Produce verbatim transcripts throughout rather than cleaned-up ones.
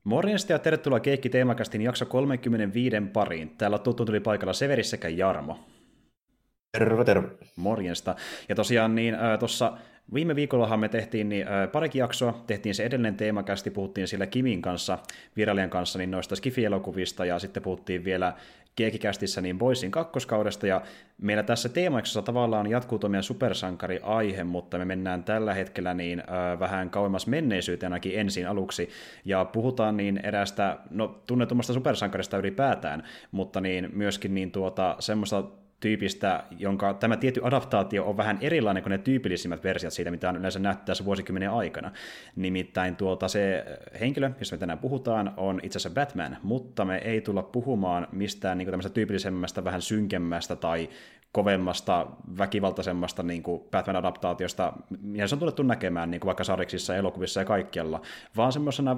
Morjesta ja tervetuloa Keikki Teemakastin jakso kolmekymmentäviisi pariin. Täällä tuttu tuli paikalla Severi sekä Jarmo. Terve, terve. Morjesta. Ja tosiaan niin äh, tuossa viime viikollahan me tehtiin niin, äh, parikin jaksoa, tehtiin se edellinen teemakästi, puhuttiin sillä Kimin kanssa, vierailijan kanssa, niin noista Skifi-elokuvista, ja sitten puhuttiin vielä Keekikästissä niin Boysin kakkoskaudesta, ja meillä tässä teemajaksossa tavallaan jatkuu tuo meidän supersankari-aihe, mutta me mennään tällä hetkellä niin äh, vähän kauemmas menneisyyteen ainakin ensin aluksi, ja puhutaan niin eräästä, no tunnetummasta supersankarista ylipäätään, mutta niin myöskin niin tuota semmoista tyypistä, jonka tämä tietty adaptaatio on vähän erilainen kuin ne tyypillisimmät versiot siitä, mitä on yleensä nähty tässä vuosikymmenen aikana. Nimittäin tuota, se henkilö, josta me tänään puhutaan, on itse asiassa Batman, mutta me ei tulla puhumaan mistään niin kuin tämmöistä tyypillisemmästä, vähän synkemmästä tai kovemmasta, väkivaltaisemmasta niin kuin Batman-adaptaatiosta, ja se on tunnettu näkemään niin kuin vaikka sarjiksissa, elokuvissa ja kaikkialla, vaan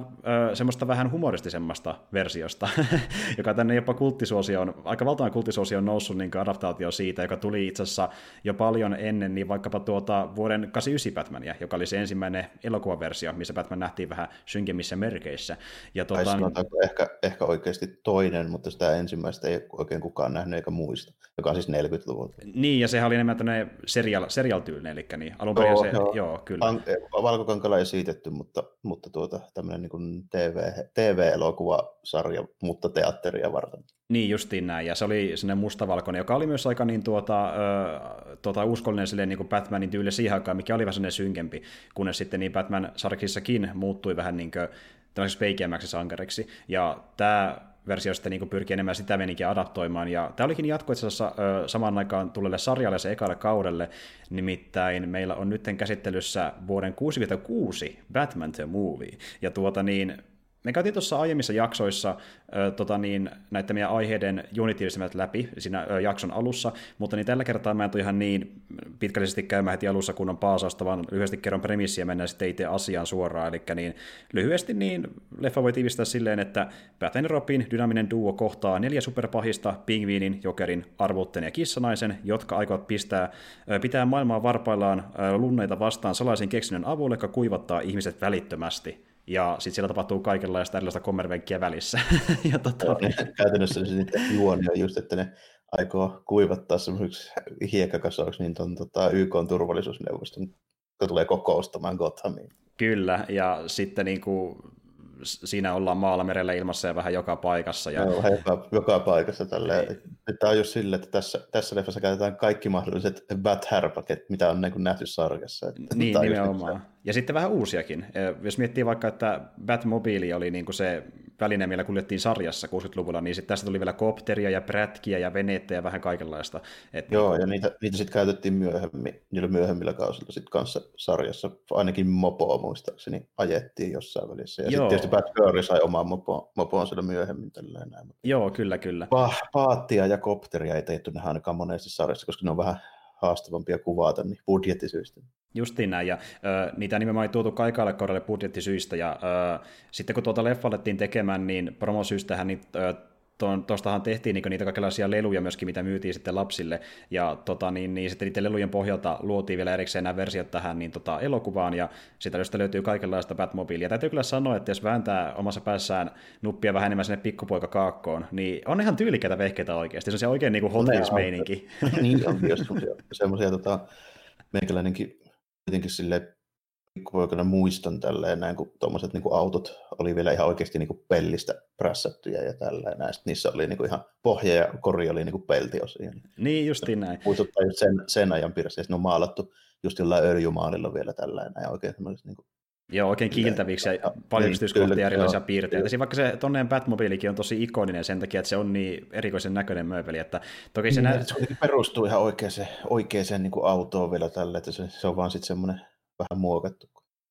ö, semmoista vähän humoristisemmasta versiosta, joka tänne jopa kulttisuosioon, aika valtavan kulttisuosioon noussut niin kuin adaptaatio siitä, joka tuli itse asiassa jo paljon ennen, niin vaikkapa tuota vuoden kahdeksankymmentäyhdeksän Batmania, joka oli se ensimmäinen elokuvaversio, missä Batman nähtiin vähän synkemmissä merkeissä. Ja tuota, tai sanotaanko ehkä, ehkä oikeasti toinen, mutta sitä ensimmäistä ei oikein kukaan nähnyt eikä muista, joka on siis neljäkymmentäluvulta. Niin, ja sehän oli enemmän tämmöinen serial, serial-tyylinen, eli niin alun perin joo, se, joo, joo, kyllä. Valkokankalla ei siitetty, mutta, mutta tuota, tämmöinen niin kuin T V, T V-elokuvasarja, mutta teatteria varten. Niin, justiin näin, ja se oli sellainen mustavalkoinen, joka oli myös aika niin tuota, ö, tuota, uskollinen silleen, niin kuin Batmanin tyyli siihen aikaan, mikä oli vähän sellainen synkempi, kunnes sitten niin Batman-sarjissakin muuttui vähän niin kuin tämmöiseksi peikeämmäksi sankariksi, ja tämä versio sitten niin pyrkii enemmän sitä menikin adaptoimaan, ja tämä olikin jatko itse asiassa ö, samaan aikaan tulleelle sarjalle se ekalle kaudelle, nimittäin meillä on nyt käsittelyssä vuoden kuusikymmentäkuusi Batman the Movie, ja tuota niin, me käytiin tuossa aiemmissa jaksoissa ö, tota niin, näitä meidän aiheiden junitiivisimmät läpi siinä ö, jakson alussa, mutta niin tällä kertaa mä en tule ihan niin pitkällisesti käymään heti alussa, kun on paasausta, vaan lyhyesti kerron premissiä ja mennään sitten itse asiaan suoraan. Eli niin, lyhyesti niin leffa voi tiivistää silleen, että Batman ja Robin dynaaminen duo kohtaa neljä superpahista, pingviinin, jokerin, arvuutten ja kissanaisen, jotka aikovat pistää, ö, pitää maailmaa varpaillaan ö, lunneita vastaan salaisen keksinnön avulla, joka kuivattaa ihmiset välittömästi. Ja sitten siellä tapahtuu kaikenlaista erilaista kommervenkkiä välissä. ja tota... Joo, käytännössä se sitten juoni on just, että ne aikoo kuivattaa semmoisiksi hiekkakasoiksi niin ton, tota, Y K:n turvallisuusneuvoston, joka tulee kokoustamaan Gothamiin. Kyllä, ja sitten niin kuin, siinä ollaan maalla, merellä, ilmassa ja vähän joka paikassa. Ja... No, vähän joka, joka paikassa. Tämä on just sille, että tässä, tässä leffassa käytetään kaikki mahdolliset bat-härpäket, mitä on niin kuin nähty sarjassa. Että niin, nimenomaan. Ja sitten vähän uusiakin. Jos miettii vaikka, että Batmobile oli niin kuin se väline, millä kuljettiin sarjassa kuusikymmentäluvulla, niin sitten tästä tuli vielä kopteria ja prätkiä ja veneitä ja vähän kaikenlaista. Et Joo, niin... ja niitä, niitä sitten käytettiin myöhemmin, niillä myöhemmillä kausilla sitten kanssa sarjassa. Ainakin mopoa muistaakseni ajettiin jossain välissä. Ja sitten tietysti Batgirl sai oman mopo, mopoon siellä myöhemmin. Tälleen näin. Joo, kyllä, kyllä. Pa- paattia ja kopteria ei tehty nähdä ainakaan monesti sarjassa, koska ne on vähän haastavampia kuvata niin budjettisyistä. Justiin näin, ja ö, niitä nimenomaan ei tuotu kaikalle kaudelle budjettisyistä, ja ö, sitten kun tuota leffa alettiin tekemään, niin promosyystähän niin, ö, tuostahan tehtiin niin niitä kaikenlaisia leluja myöskin, mitä myytiin sitten lapsille, ja tota, niin, niin sitten niiden lelujen pohjalta luotiin vielä erikseen nämä versiot tähän niin, tota, elokuvaan, ja sitä josta löytyy kaikenlaista Batmobilia. Täytyy kyllä sanoa, että jos vääntää omassa päässään nuppia vähän enemmän sinne pikkupoika kaakkoon, niin on ihan tyylikäitä vehkeitä oikeasti, se on se oikein niin kuin Hot Wheels-meininki. Niin on, jos semmoisia tota, meikäläinenkin jotenkin silleen pikkupoikana muistan tälleen näin, kun tuommoiset niin autot oli vielä ihan oikeasti niin kuin pellistä prässättyjä ja tälleen näin. Sitten niissä oli niin kuin ihan pohja ja kori oli niin kuin peltiosia. Niin, justiin näin. Muistuttaa just sen, sen ajan piirissä, ja ne on maalattu just jollain öljymaalilla vielä tälleen näin oikein semmoiset niin kuin... Joo, oikein kiiltäviksi ja, ja paljon niin, yksityiskohtia ja erilaisia joo, piirteitä. Siinä vaikka se tonneen Batmobiilikin on tosi ikoninen sen takia, että se on niin erikoisen näköinen mööpeli. Että toki se, niin, nä... se perustuu ihan oikeaan, oikeaan niin kuin autoon vielä tälle, että se, se on vaan sitten semmoinen vähän muokattu.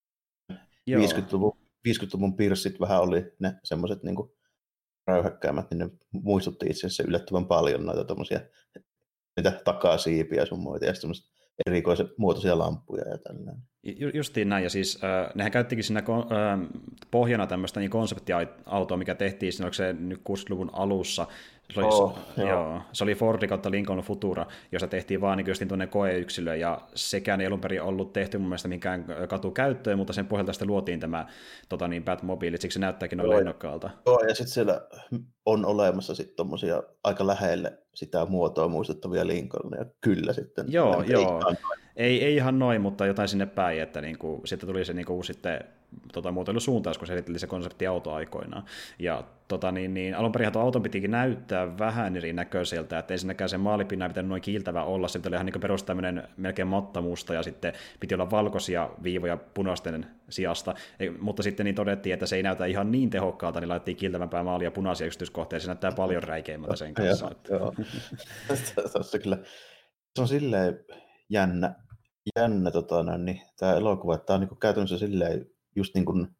viisikymmentäluvun, viisikymmentäluvun pirssit vähän oli ne semmoiset niin kuin räyhäkkäämät, niin ne muistutti itse asiassa yllättävän paljon noita tommosia niitä takasiipiä sun muita ja semmoiset erikoiset muotoisia lamppuja ja tällainen. Ju- Justiin näin, ja siis äh, nehän käyttikin siinä ko- äh, pohjana tämmöistä niin konseptiautoa, mikä tehtiin, siinä oliko se nyt kuusikymmentäluvun alussa, se oli, Oh, se, joo. joo, se oli Fordi kautta Lincoln Futura, jossa tehtiin vaan niin just tuonne koeyksilö, ja sekään ei alun perin ollut tehty mun mielestä minkään katukäyttöön, mutta sen pohjalta sitten luotiin tämä tota niin, Batmobile, siksi se näyttääkin noin Joo. lennokkaalta. Joo, ja sitten siellä on olemassa sitten tommosia aika lähelle sitä muotoa muistuttavia Lincolnia, kyllä sitten. Joo, Mutta joo. ihan noin. Ei, ei ihan noin, mutta jotain sinne päin, että niinku, sitten tuli se niinku, sitten, tota, muotoilusuuntaus, kun se esitteli se konseptiauto aikoinaan. Ja tota, niin, niin, alun perin tuon auton pitikin näyttää vähän erinäköiseltä, että ensinnäkään se maalipinna ei pitänyt noin kiiltävä olla, se oli ihan niin perus tämmöinen melkein mattamusta, ja sitten piti olla valkoisia viivoja punaisten sijasta, ei, mutta sitten niin todettiin, että se ei näytä ihan niin tehokkaalta, niin laitettiin kiiltävämpää maalia ja punaisia yksityiskohtia, ja se näyttää paljon räikeimmältä sen kanssa. Joo, joo. Tässä kyllä, se on silleen jännä, jännä tota, niin, tämä elokuva, että tämä on niin kuin käytännössä silleen just niin kuin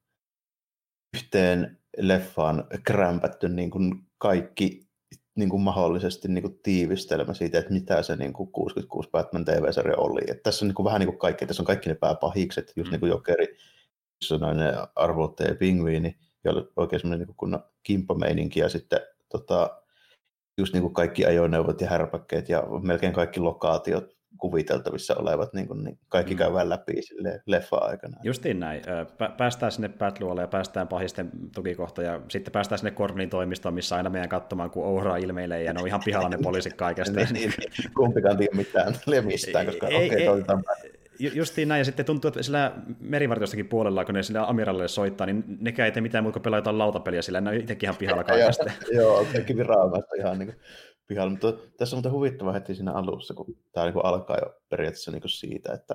yhteen leffaan krämpätty niin kuin kaikki niin kuin mahdollisesti niin kuin tiivistelmä siitä, että mitä se niin kuin kuusikymmentäkuusi Batman T V-sarja oli. Että tässä on niin kuin vähän niin kuin kaikki, tässä on kaikki ne pääpahikset, just mm. niin kuin Jokeri, nainen arvoittaja ja pingviini, joilla on oikein semmoinen niin kunnon kimppameininki, ja sitten tota, just niin kuin kaikki ajoneuvot ja härpäkkeet ja melkein kaikki lokaatiot kuviteltavissa olevat, niin, kuin, niin kaikki mm. käydään läpi silleen leffa-aikana. Justiin näin. Päästään sinne Batlualle ja päästään pahisten tukikohtaan ja sitten päästään sinne Cordonin toimistoon, missä aina meidän katsomaan, kun Ouraa ilmeilee ja ne on ihan pihalla ne poliisit kaikesta. niin, niin, kumpikaan tiedä mitään mistään, koska okei, okay, toivotaan. Justiin näin, ja sitten tuntuu, että sillä merivartiostakin puolella, kun ne sillä amirallille soittaa, niin nekään ei tee mitään muuta kuin pelaa jotain lautapeliä, sillä ne on itsekin ihan pihalla kaikesta. Joo, kaikki viranomaista ihan niin kuin pihalla. Mutta tässä on muuten huvittava heti siinä alussa, kun tämä niin kuin alkaa jo periaatteessa niin kuin siitä, että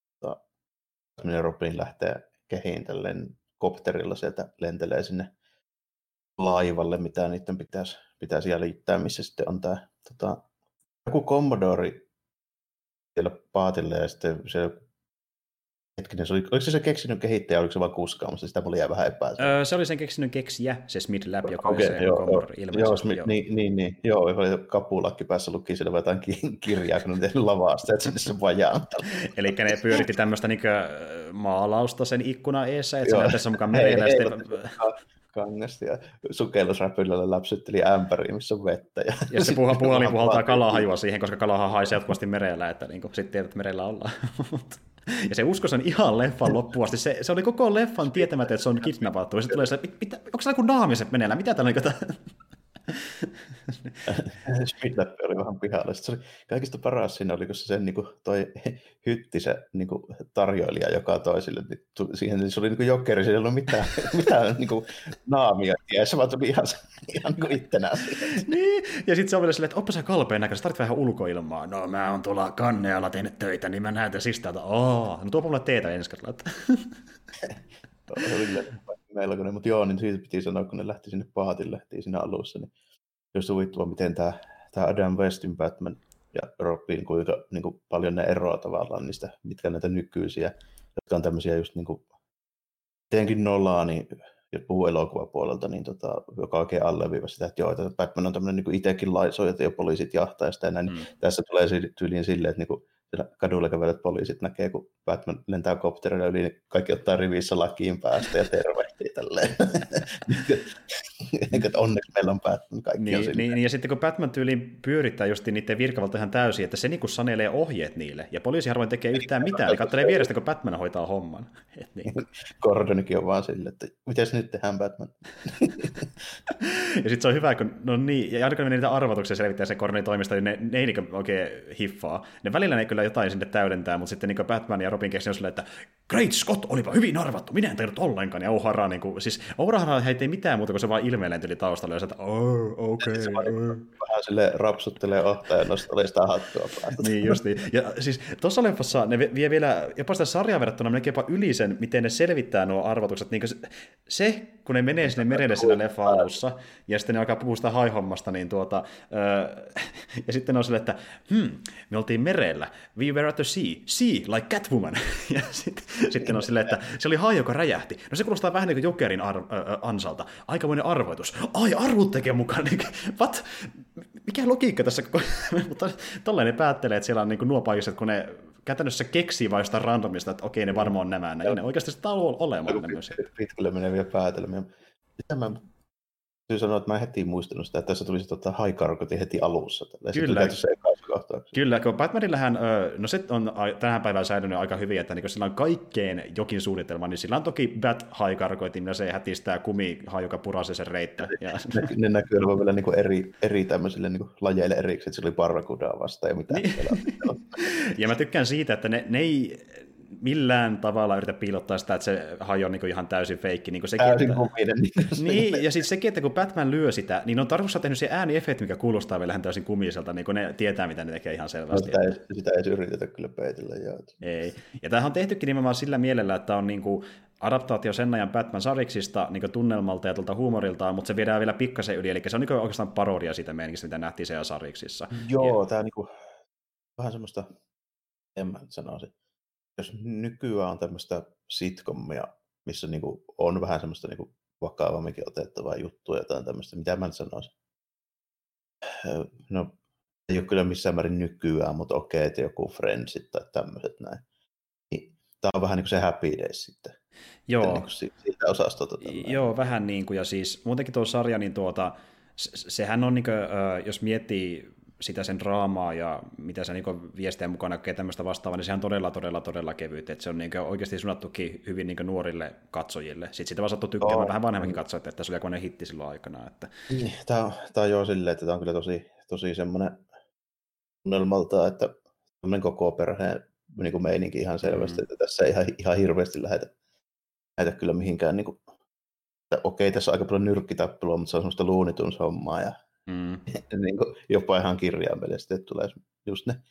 Batman Robin lähtee kehiin tälleen kopterilla sieltä lentelee sinne laivalle, mitä niiden pitäisi, pitäisi jäljittää, missä sitten on tämä tota, joku Commodore siellä paatille ja sitten se hetkinen, se oli, oliko se se keksinyt kehittäjä, oliko se vaan kuskaamassa, sitä mulla jää vähän epäselvää. Öö, se oli sen keksinyt keksijä, se Smith Lab, joka okay, oli se joo, Commodore joo, ilmeisesti. Joo, niin, niin, niin, joo, oli kapulakki päässä luki siellä jotain kirjaa, kun ne tehnyt lavasta, että sinne se vajaan. Eli ne pyöritti tämmöistä niin maalausta sen ikkuna eessä, että se näyttäisi mukaan merellä. Ei, sitten... kangasta ja sukellusräpylällä läpsytteli ämpäriä, missä on vettä. Ja, ja se puha, puhalin puhaltaa kalahajua siihen, koska kalahan haisee jatkuvasti merellä, että niin kuin, sitten tiedät, että merellä ollaan. Ja se usko sen ihan leffan loppuun asti. Se, se oli koko leffan tietämättä, että se on kidnappattu. Ja sitten tulee se, mitä, onko se joku naamiset meneillään? Mitä täällä on? Speedlappi oli vähän pihalla. Sitten se oli kaikista paras siinä oli, kun se sen niin kuin, toi hytti se niin kuin, tarjoilija, joka toi sille, niin siihen se oli niin kuin jokeri, siellä ei ollut mitään, mitään niin kuin, naamia, ja se vaan tuli ihan, ihan niin kuin ittenään. Niin, ja sitten se on vielä silleen, että oppa sä kalpeen näköistä, tarvitset vähän ulkoilmaa. No mä oon tuolla kannealla tehnyt töitä, niin mä näytän siis täältä. Aa, no tuopa mulle teetä ensi kerralla. Melkoinen, mutta joo, niin siitä piti sanoa, kun ne lähti sinne pahatille, lähti siinä alussa, niin jos huvittava, miten tämä, tämä Adam Westin Batman ja Robin, kuinka niin kuin paljon ne eroaa tavallaan niistä, mitkä näitä nykyisiä, jotka on tämmöisiä just niin kuin, tietenkin Nolan, niin jos puhuu elokuvapuolelta, niin tota, joka oikein alleviiva sitä, että joo, että Batman on tämmöinen niin kuin itsekin laisoja, ja poliisit jahtaa ja sitä ja näin, mm. niin tässä tulee tyyliin silleen, että niin kuin, kadulla kävelet poliisit näkee, kun Batman lentää kopterilla yli, niin kaikki ottaa rivissä lakiin päästä ja tervehtii tälleen. Että onneksi meillä on Batman, kaikki niin, on silleen. Niin, ja sitten kun Batman tyyliin pyörittää just niiden virkavalta ihan täysin, että se niin kuin sanelee ohjeet niille, ja poliisi harvoin tekee yhtään mitään, niin katselee vierestä, kun Batman hoitaa homman. Niin. Gordonikin on vaan silleen, että mitäs nyt tehdään Batman? Ja sitten se on hyvä, kun no niin, ja aina kun ne niitä arvotuksia selvittää se Gordonin toimista, niin ne, ne ei niin oikein hiffaa. Ne välillä ne kyllä jotain sinne täydentää, mutta sitten niin Batman ja Robin keksi on silleen, että Great Scott, olipa hyvin arvattu, minä en tehnyt ollenkaan. Ja O'Hara, niin kuin, siis O'Hara ei tee mitään muuta, kun se vaan ilmeilen tyli taustalla, ja se, että oh, okei. Okay, oh. Vähän silleen rapsuttelee ohtaa ja nostelee sitä hattua päästä. Niin justiin. Ja siis tuossa leffassa ne vie vielä, jopa sitä sarjaa verrattuna melkein jopa yli sen, miten ne selvittää nuo arvotukset. Niin se, se, kun ne menee sinne merelle sillä leffa alussa, ja sitten ne alkaa puhua sitä haihommasta, niin tuota, öö, ja sitten ne on silleen, että hmm, me oltiin merellä, we were at the sea, sea like Catwoman, ja sitten, sitten on silleen, että se oli hai, joka räjähti. No se kuulostaa vähän niin kuin Jokerin ar- ö, ansalta, aikamoinen arvoitus. Ai, arvut tekee mukaan, niin, what? Mikä logiikka tässä, mutta tollainen päättelee, että siellä on niin kuin nuo paikat, kun ne käytännössä keksii vain jostain randomista, että okei, ne varmaan on nämä, ja ne oikeasti sitä on olemaan ne myös. Pitkälle meneviä päätelmiä. Sitä mä täytyy sanoa, että mä heti muistanut sitä, että tässä tuli se tota, High Cargotin heti alussa. Kyllä. Kyllä, kun Batmanillähän, no se on tähän päivään säilynyt aika hyvin, että niin sillä on kaikkeen jokin suunnitelma, niin sillä on toki Bat High Cargotin, millä se hätistää kumihaa, joka purasee sen reittä. Ja... Ne, ne näkyy olevan vielä niin eri, eri tämmöisille niin lajeille eriksi, että sillä oli barracudaa vastaan ja mitä. Niin. Ja mä tykkään siitä, että ne, ne ei millään tavalla yritä piilottaa sitä, että se hajo on niin ihan täysin feikki. Niin sekin, täysin että... kuminen. Niin, ja sitten sekin, että kun Batman lyö sitä, niin on tarkoituksessa tehnyt se ääniefekti, mikä kuulostaa vielä täysin kumiselta, niin kun ne tietää, mitä ne tekee ihan selvästi. No, sitä, ei, sitä ei yritetä kyllä peitellä. Joo. Ei. Ja tämähän on tehtykin nimenomaan sillä mielellä, että on niin kuin adaptaatio sen ajan Batman-sariksista niin tunnelmalta ja tuolta huumoriltaan, mutta se viedään vielä pikkasen yli, eli se on niin oikeastaan parodia siitä meininistä, mitä nähtiin siellä sariksissa. Joo, ja... tämä on niin kuin, vähän semmoista, en mä nyt sanoisi. Jos nykyään on tämmöistä sitcomia, missä niinku on vähän semmoista niinku vakavamminkin otettavaa juttua, jotain tämmöistä, mitä mä nyt sanoisin. No, ei ole kyllä missään määrin nykyään, mutta okei, että joku Friendsit tai tämmöiset näin. Niin, tää on vähän niin kuin se Happy Days sitten. Joo. Niin kuin siitä osastolta. Joo, vähän niin kuin, ja siis muutenkin tuo sarja, niin tuota, sehän on, niin kuin, jos miettii sitä sen draamaa ja mitä se niin viestejä mukana kokee tämmöistä vastaavaa, niin se on todella, todella, todella kevyt. Että se on niin oikeasti suunnattukin hyvin niin nuorille katsojille. Sitten sitä vaan sattuu tykkäämään oh. vähän vanhemminkin katsojille, että se oli aikoinen hitti silloin aikana. Että... Niin, tämä on, tämä on jo silleen, että tämä on kyllä tosi, tosi semmoinen tunnelmalta, että tämmöinen koko perheen niin kuin meininki ihan selvästi, mm. että tässä ei ihan, ihan hirveästi lähetä, lähetä kyllä mihinkään. Niin kuin, että okei, tässä on aika paljon nyrkkitappelua, mutta se on semmoista Looney Tunes-hommaa ja Mm. niin kuin jopa ihan kirjaimellisesti, että tulee just ne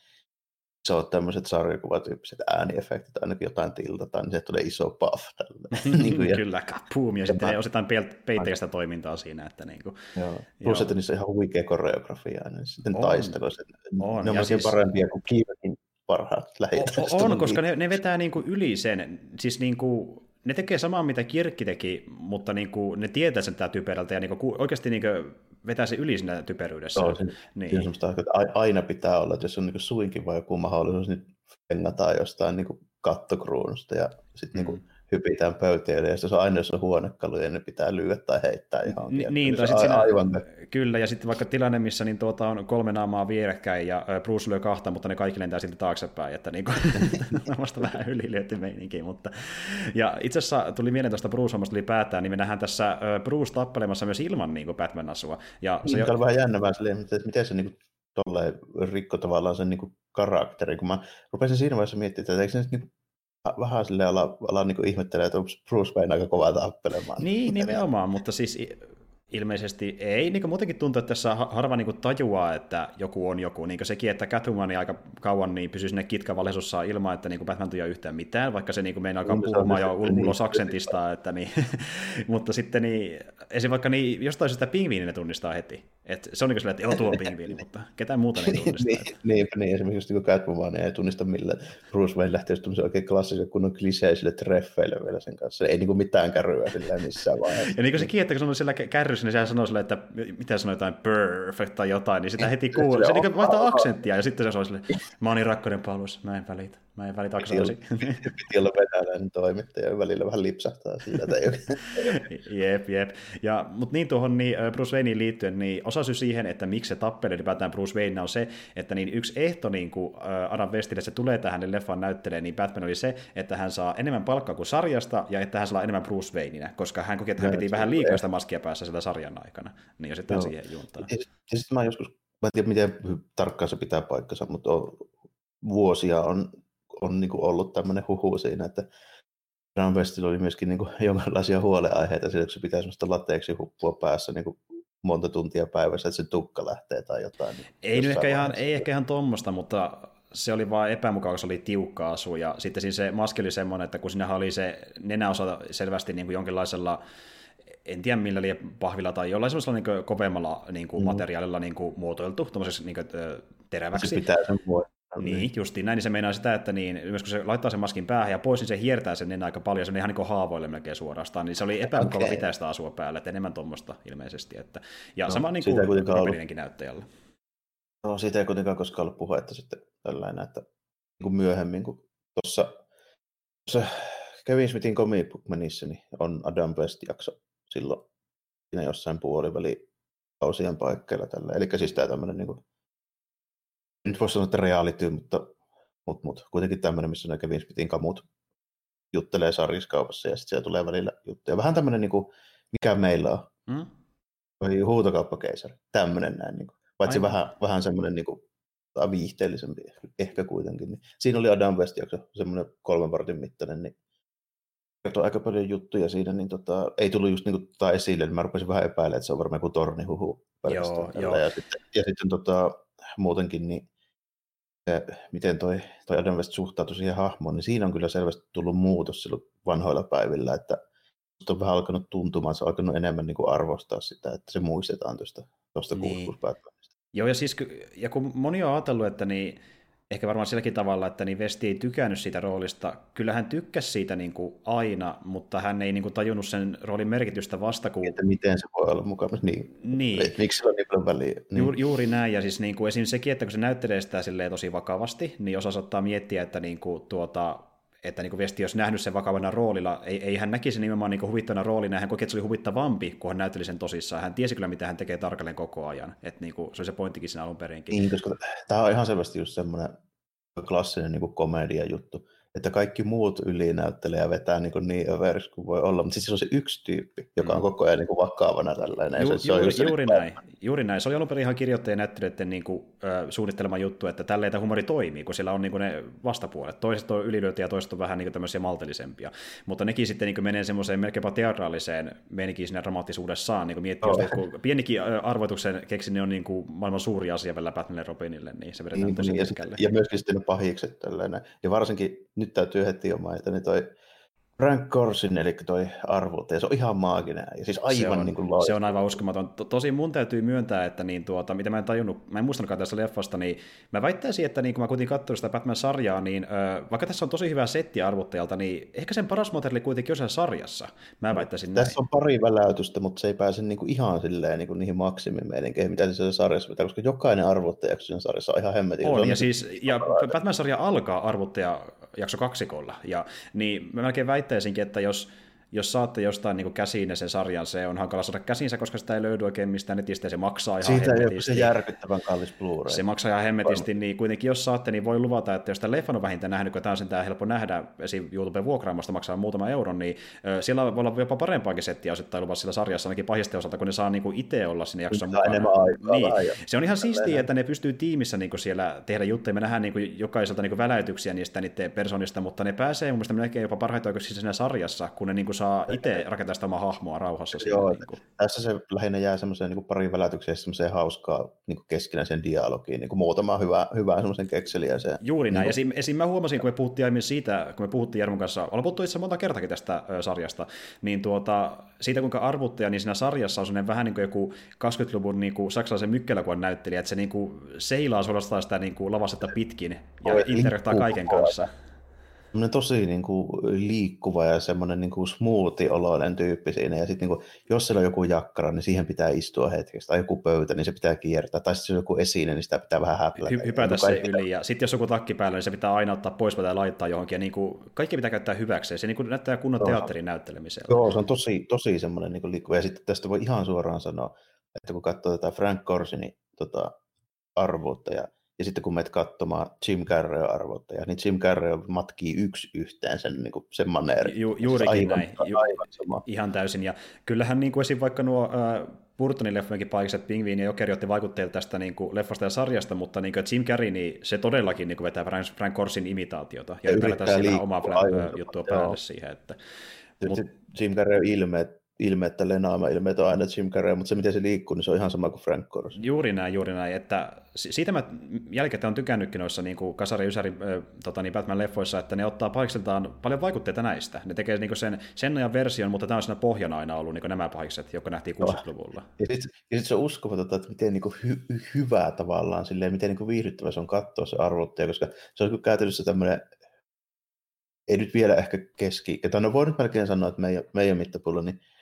isot tämmöiset sarjakuvatyyppiset ääniefektit, ainakin jotain tiltataan, niin se tulee iso puff. niin kuin, kyllä, kapuum, ja, ja sitten osetaan peiteistä toimintaa siinä. Että niin kuin, joo. Plus, joo. Että niissä on ihan huikea koreografia, niin sitten taisteluissa. On. Ne on siis... parempia kuin Kiivakin parhaat lähitaistelut. On, koska ne, ne vetää niin kuin yli sen, siis niin kuin ne tekee samaa, mitä Kirkki teki, mutta niin kuin ne tietää sen tää typerältä ja niin kuin oikeasti niin kuin vetää se yli siinä typeryydessä. Joo, se, niin. Se semmoista, että aina pitää olla, että jos on niin suinkin vai joku mahdollisuus, niin fengataan jostain niin kattokruunusta ja sitten mm. niin hypitään pöytiöille, ja jos on aina jos on huonekaluja, niin ne pitää lyödä tai heittää johonkin. N- niin, tai sitten siinä, aivan... kyllä, ja sitten vaikka tilanne, missä niin tuota on kolme naamaa vierekkäin, ja Bruce lyö kahta, mutta ne kaikki lentää silti taaksepäin, että niin kuin, vasta vähän ylilyötti meininkiä, mutta... Ja itse asiassa tuli mieleen tuosta Bruce-hommasta ylipäätään, niin me nähdään tässä Bruce tappelemassa myös ilman niin Batman-asua. Ja niin, se on jo... vähän jännä vähän silleen, että miten se niin tolleen rikko tavallaan sen niin karakteri, kun mä rupesin siinä vaiheessa miettimään, että eikö se nyt niin vähän silleen ala, ala niin ihmettelee, että onko Bruce Wayne aika kovaa tappelemaan. Niin, nimenomaan, mutta siis ilmeisesti ei. Niin muutenkin tuntuu, että tässä harva niin tajuaa, että joku on joku. Niin sekin, että Catwoman aika kauan niin pysyy sinne kitkavallisuussaan ilman, että niin Batman tuijaa yhtään mitään, vaikka se niin meinaa alkaa puhumaan jo ulos aksentista. Että niin. Mutta sitten niin, esim. Vaikka niin, jostain syystä pingviini ne tunnistaa heti. Et se on niin kuin että joo, tuo on pingviini, mutta ketään muuta ne tunnistaa. niin, niin, niin, esimerkiksi niin Catwoman ei tunnista millään. Bruce Wayne lähtee just oikein klassisille kunnon kliseisille treffeille vielä sen kanssa. Ei niin mitään kärryä sillä missään vaiheessa. Ja niin kuin se kiittää, kun se on siellä kärryssä, niin sehän sanoo sille, että mitä sanoo jotain perfect tai jotain, niin sitä heti kuulee. Se, se niin vaihtaa aksenttia ja sitten se sanoo sille, mä oon niin rakkauden palvelussa, mä en välitä. Mä en välitä aksentasi. Piti olla venäläinen toimittaja ja välillä vähän lipsahtaa siitä. jep, jep. Ja, mutta niin tuohon niin Bruce Wayneen liittyen, niin osasyy siihen, että miksi se tappelee ylipäätään Bruce Wayne on se, että niin yksi ehto niin kuin Adam Westille, se tulee tähän leffaan näyttelee, niin Batman oli se, että hän saa enemmän palkkaa kuin sarjasta ja että hän saa enemmän Bruce Wayneinä, koska hän koki, että hän piti vähän liikaa sitä maskia päässä sillä sarjan aikana. Niin osittain no. siihen juontaan. Ja, ja sitten mä joskus, mä en tiedä miten tarkkaan se pitää paikkansa, mutta on, vuosia on, on niin kuin ollut tämmöinen huhu siinä, että Adam Westillä oli myöskin niin kuin jonkinlaisia huolenaiheita sillä, kun se pitää semmoista lateeksi huppua päässä niin kuin monta tuntia päivässä, että se tukka lähtee tai jotain. Niin ei, nyt ehkä ihan, ei ehkä ihan tuommoista, mutta se oli vaan epämukava, se oli tiukka asu, ja sitten siinä se maski oli semmoinen, että kun siinä oli se nenäosa selvästi niin kuin jonkinlaisella, en tiedä millä liian pahvilla tai jollain semmoisella niin koveammalla niin kuin mm. materiaalilla niin kuin muotoiltu, tuommoisessa niin kuin, teräväksi. Se pitää sen vuoden. Niin, justiin näin, niin se meinaa sitä, että niin, myös kun se laittaa sen maskin päähän ja pois, niin se hiertää sen nenä aika paljon, se on ihan niin haavoille melkein suorastaan, niin se oli epämukava okay. pitää sitä asua päällä, että enemmän tuommoista ilmeisesti. Että, ja no, sama niin kuin Robininkin näyttäjällä. No, siitä ei kuitenkaan koskaan ollut puhetta sitten tällainen, että niin myöhemmin, kun tuossa Kevin Smithin Comic Book Manissä, niin on Adam West-jakso silloin siinä jossain puoliväli-kausien paikkeilla tällä. Eli siis tämä tämmöinen, niin kuin, nyt voisi sanoa, että reality, mutta, mutta, mutta kuitenkin tämmöinen, missä ne Kevin Smithin kamut juttelee sarjiskaupassa ja sitten siellä tulee välillä juttuja. Vähän tämmöinen, niin kuin, mikä meillä on. Mm? Huutokauppakeisari. Tämmöinen näin. Niin kuin. Paitsi Aivan. vähän, vähän semmoinen niin kuin, viihteellisempi ehkä kuitenkin. Niin. Siinä oli Adam West-jakso, semmoinen kolmen vartin mittainen, niin kertoo aika paljon juttuja siinä, niin tota, ei tullut just niin kuin esille, niin mä rupesin vähän epäilemään, että se on varmaan joku tornihuhu. Joo, joo. Ja sitten, ja sitten tota, muutenkin, niin se, miten toi, toi Adam West suhtautui siihen hahmoon, niin siinä on kyllä selvästi tullut muutos silloin vanhoilla päivillä, että musta on vähän alkanut tuntumaan, se on alkanut enemmän niin kuin arvostaa sitä, että se muistetaan tuosta, tuosta Niin. kuusikymmentäkuusi. Joo, ja siis ja kun moni on ajatellut, että niin, ehkä varmaan silläkin tavalla, että niin Westi ei tykännyt siitä roolista. Kyllä hän tykkäsi siitä niin kuin aina, mutta hän ei niin kuin tajunnut sen roolin merkitystä vasta kun... Että miten se voi olla mukana, niin, niin. Et, miksi sillä on niin paljon väliä. Niin. Ju, juuri näin, ja siis niin kuin esimerkiksi sekin, että kun se näyttelee sitä tosi vakavasti, niin osa saattaa miettiä, että, niin kuin, tuota, että niin kuin Westi olisi nähnyt sen vakavana roolilla, ei, ei hän näkisi nimenomaan niin kuin huvittavana roolina, hän koki, että se oli huvittavampi, kun hän näytteli sen tosissaan. Hän tiesi kyllä, mitä hän tekee tarkalleen koko ajan, että niin kuin, se oli se pointtikin siinä alun perinkin. Niin, koska tämä on ihan selvästi just semmoinen klassinen niin kuin komedia juttu, että kaikki muut ylinäyttelee ja vetää niin, niin överiksi kuin voi olla, mutta siis se on se yksi tyyppi, joka on koko ajan niin kuin vakavana tällainen. Ju, se, se juuri, on juuri näin. Juuri näin. Se oli alun perin ihan kirjoittajien ja näyttelijöiden niin kuin, äh, suunnittelema juttu, että tälleen tämä humori toimii, kun siellä on niin kuin ne vastapuolet. Toiset on ylilyötiä ja toiset on vähän niin kuin tämmöisiä maltillisempia. Mutta nekin sitten niin kuin menee semmoiseen melkeinpä teatraaliseen meininkiin siinä dramaattisuudessaan. Niin kuin miettii, oh. just, kun pienikin arvoituksen keksin on niin kuin maailman suuri asia vielä Batmanille Robinille, niin se vedetään niin, tosi niin, pitkälle. Ja, ja myöskin sitten ne pahikset tällainen. Ja varsinkin nyt täytyy heti jo mainita, niin toi Frank Corsin, eli toi arvuuttaja, se on ihan maaginen. Ja siis aivan se on, niin kuin se on aivan uskomaton. Tosi mun täytyy myöntää, että niin tuota, mitä mä en tajunnut, mä en muistanutkaan tästä leffasta, niin mä väittäisin, että niin kun mä kuitenkin katsoin sitä Batman-sarjaa, niin ö, vaikka tässä on tosi hyvä setti arvuuttajalta, niin ehkä sen paras materiaali kuitenkin on siellä sarjassa. Mä väittäisin näin. Tässä on pari väläytystä, mutta se ei pääse niin kuin ihan silleen niin kuin niihin maksimimeininkiin, mitä se sarjassa pitää, koska jokainen arvuuttaja siinä sarjassa on ihan hemmetin. On, on ja siis, ja Batman-sarja alkaa arvuuttaja jakso kaksikolla, ja niin mä melkein väittäisinkin, että jos jos saatte jostain niin käsiin sen sarjan, se on hankala saada käsinsä, koska sitä ei löydy oikein mistään netistä, ja se maksaa ihan siitä hemmetisti. Siitä ei ole se järkyttävän kallis Blu-ray. Se maksaa ihan hemmetisti, niin kuitenkin jos saatte, niin voi luvata, että jos tämän leffan on vähintään nähnyt, kun tämä on sentään helppo nähdä, esim. YouTuben vuokraamasta maksaa muutama euron, niin ö, siellä voi olla jopa parempaakin settiä osittain luvassa sillä sarjassa, ainakin pahisten osalta, kun ne saa niin kuin itse olla sinne jaksossa mukana. Aikaa, niin. Se on ihan siistiä, että ne pystyy tiimissä niin kuin siellä tehdä juttuja. Me nähdään niin kuin jokaiselta niin kuin väläytyksiä niistä niiden persoonista, mutta ne pääsee mun mielestä melkein jopa parhaita oikeuksia siinä sarjassa, kun ne niin kuin saa itse rakentaa sitä omaa hahmoa rauhassa. Joo, niin kuin. Tässä se lähinnä jää semmoiseen niin pariin välätykseen semmoiseen hauskaa niin keskinäiseen dialogiin, niin kuin muutama hyvä, hyvä semmoisen kekseliäiseen. Juuri näin. Niin Esim, esim. Mä huomasin, kun me puhuttiin aiemmin siitä, kun me puhuttiin Jarmon kanssa, ollaan puhuttu itse monta kertakin tästä ö, sarjasta, niin tuota, siitä kuinka arvuttaja, niin siinä sarjassa on sellainen vähän niin kuin joku kaksikymmentäluvun niin kuin saksalaisen mykkäläkuvan näyttelijä, että se niin kuin seilaa suorastaan sitä niin kuin lavastetta pitkin ja oh, interaktaa kaiken kanssa. Semmoinen tosi niin kuin, liikkuva ja semmoinen niin kuin smoothie-oloinen tyyppi siinä. Ja sitten niin jos siellä on joku jakkara, niin siihen pitää istua hetkeksi. Tai joku pöytä, niin se pitää kiertää. Tai sitten jos on joku esine, niin sitä pitää vähän häplätä. Hy- hypätä se pitää... yli. Ja sitten jos joku takki päällä, niin se pitää aina ottaa pois ja laittaa johonkin. Ja niin kuin, kaikki pitää käyttää hyväkseen. Se niin kuin näyttää kunnon teatterin näyttelemisellä. Joo, se on tosi, tosi semmoinen niin kuin liikkuva. Ja sitten tästä voi ihan suoraan sanoa, että kun katsoo tätä Frank Corsinin tota, arvuutta ja Ja sitten kun menet katsomaan Jim Carrey-arvoittajaa, niin Jim Carrey matkii yksi yhteen sen, niin kuin sen maneerin. Ju, juurikin aivan, näin. Aivan sama. Ihan täysin. Ja kyllähän niin kuin esim. Vaikka nuo äh, Burtonin leffojenkin paikalliset Pingviin ja Jokeri otti vaikutteilta tästä niin kuin leffasta ja sarjasta, mutta niin kuin Jim Carrey, niin se todellakin niin kuin vetää Frank, Frank Corsin imitaatiota. Ja, ja yrittää siinä omaa juttua päälle siihen. Että, mut... Jim Carrey ilmeet ilmeet, tälleen naama-ilmeet on aina Jim Carrey, mutta se miten se liikkuu, niin se on ihan sama kuin Frank Corsin. Juuri näin, juuri näin. Että siitä mä jälkeen on tykännytkin noissa niin kuin Kasari Ysäri äh, tota, niin Batman-leffoissa, että ne ottaa pahikseltaan paljon vaikutteita näistä. Ne tekee niin sen, sen ajan version, mutta tämä on siinä pohjana aina ollut niin nämä pahikset, jotka nähtiin kuusikymmentäluvulla. Ja sitten sit se on uskomatonta, että miten niin kuin hy- hyvää tavallaan, silleen, miten niin kuin viihdyttävä se on katsoa se arvottaja, koska se on käytännössä tämmöinen, ei nyt vielä ehkä keski, tai no voi nyt melkein sanoa, että meidän, meidän mittapuolella, niin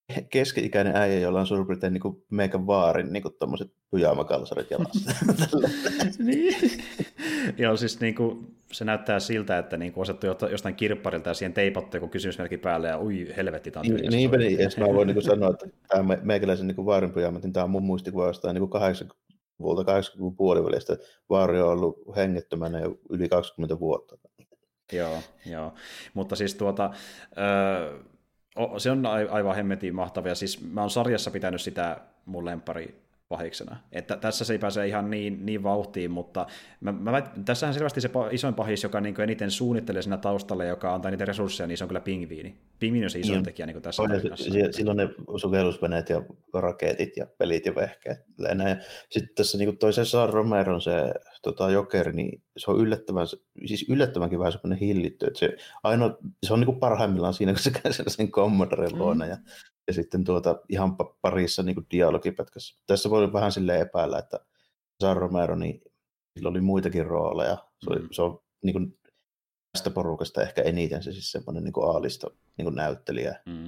keski-ikäinen äijä, jolla on suurin piirtein niin meikän vaarin niin tommoset pyjaamakalsarit jalassa. Niin. Joo, siis niin kuin, se näyttää siltä, että niin osettu jostain kirpparilta ja siihen teipattu joku kysymysmerkki päälle ja ui, helvetti, tämä on tyyliä. Niin, niin, niin, mä voin niin sanoa, että tämä meikäläisen niin vaarin pyjaamat, niin tämä on mun muistikuva jostain niin kahdeksankymmentäluvulta, kahdeksankymmentäluvun puolivälistä. Vaari on ollut hengettömänä jo yli kaksikymmentä vuotta. Joo, joo. Mutta siis tuota... Öö, se on aivan hemmetin mahtavaa. Siis mä oon sarjassa pitänyt sitä mun lemppari pahiksena. Että tässä se ei pääse ihan niin, niin vauhtiin, mutta mä, mä, tässähän selvästi se isoin pahis, joka niin eniten suunnittelee siinä taustalle, joka antaa niitä resursseja, niin se on kyllä pingviini. Pingviini on se isoin tekijä niin tässä tarinassa. Silloin ne sukellusveneet ja raketit ja pelit ja vehkeet. Sitten tässä niin toisessa Romeron se tota, jokeri, niin se on yllättävän, siis yllättävänkin vähän semmoinen hillitty. Että se, ainoa, se on niin parhaimmillaan siinä, kun se käy sen Commodoren luona. Mm. Ja Ja sitten tuota, ihan parissa niin kuin dialogipätkässä. Tässä voi vähän silleen epäillä, että San Romero, niin sillä oli muitakin rooleja. Se, oli, mm. se on niin kuin, tästä porukasta ehkä eniten se siis semmoinen niin kuin aalista niin kuin näyttelijä. Mm.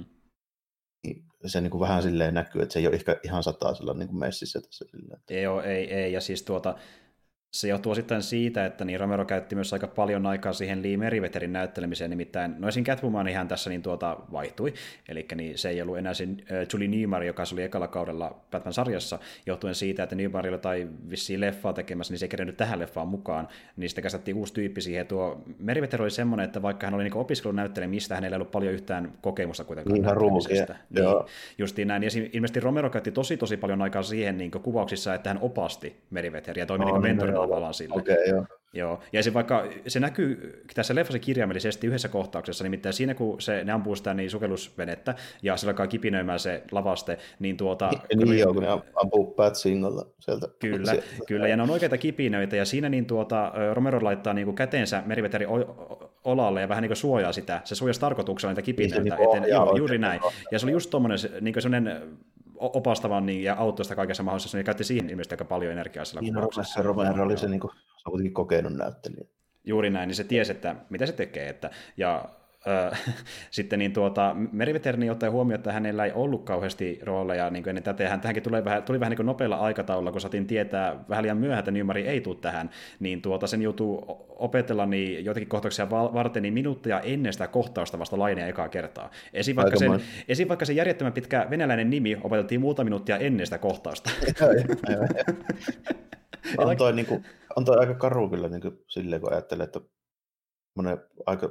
Se niin kuin vähän silleen näkyy, että se ei ole ehkä ihan sataisella niin kuin messissä tässä. Silleen. Ei ole, ei, ei. Ja siis tuota, se johtuu osittain siitä, että niin Romero käytti myös aika paljon aikaa siihen Lee Meriwetherin näyttelemiseen, nimittäin noisin Catwoman ihan tässä niin tuota vaihtui, eli niin se ei ollut enää se Julie Newmar, joka oli ekalla kaudella Batman-sarjassa, johtuen siitä, että Newmarilla tai vissiin leffaa tekemässä, niin se ei kerennyt tähän leffaan mukaan, niin sitten käsitettiin uusi tyyppi siihen, ja tuo Meriwether oli semmoinen, että vaikka hän oli niin opiskelun näyttelemistä, hänellä ei ollut paljon yhtään kokemusta kuitenkaan näyttelemisestä. Niin, justiin näin, ja ilmeisesti Romero käytti tosi tosi paljon aikaa siihen niin kuvauksissa, että hän opasti Meriwetheria ja toimi no, niin mentorina tavallaan sille. Okay, joo. Joo. Ja se, vaikka, se näkyy tässä leffassa kirjaimellisesti yhdessä kohtauksessa, nimittäin siinä kun se, ne ampuu sitä niin sukellusvenettä ja se alkaa kipinöimään se lavaste, niin tuota... Niin, niin joo, kun ne ampuu Bat Singlella sieltä. Kyllä, sieltä. Kyllä, ja ne on oikeita kipinöitä, ja siinä niin tuota, Romero laittaa niin kuin käteensä Meriwetherin olalle ja vähän niin kuin suojaa sitä. Se suojasi tarkoituksella niitä kipinöitä. Niin eteen, joo, juuri näin. Ja se oli just tommoinen niin sellainen opastavan niin, ja auttoista kaikessa mahdollisessa, niin käytti siihen ilmeisesti aika paljon energiaa sillä niin, kuvauksessa. Romero oli se, niin kuin, se on kuitenkin kokenut näyttelijä. Juuri näin, niin se tiesi, että mitä se tekee. Että, ja äh, sitten niin tuota, Meriwether niin ottaa huomioon, että hänellä ei ollut kauheasti rooleja niin ennen tätä, ja tähänkin tuli vähän, tuli vähän niin kuin nopealla aikataululla, kun saatiin tietää vähän liian myöhään, että Newmar ei tule tähän, niin tuota, sen joutuu opetella niin joitakin kohtauksia varten niin minuutteja ennen sitä kohtausta vasta lainea ekaa kertaa. Esim. Vaikka, sen, esim. vaikka se järjettömän pitkä venäläinen nimi opeteltiin muuta minuuttia ennen sitä kohtausta. on, toi, niin kuin, on toi aika karu kyllä niin kuin, silleen, kun ajattelee, että aika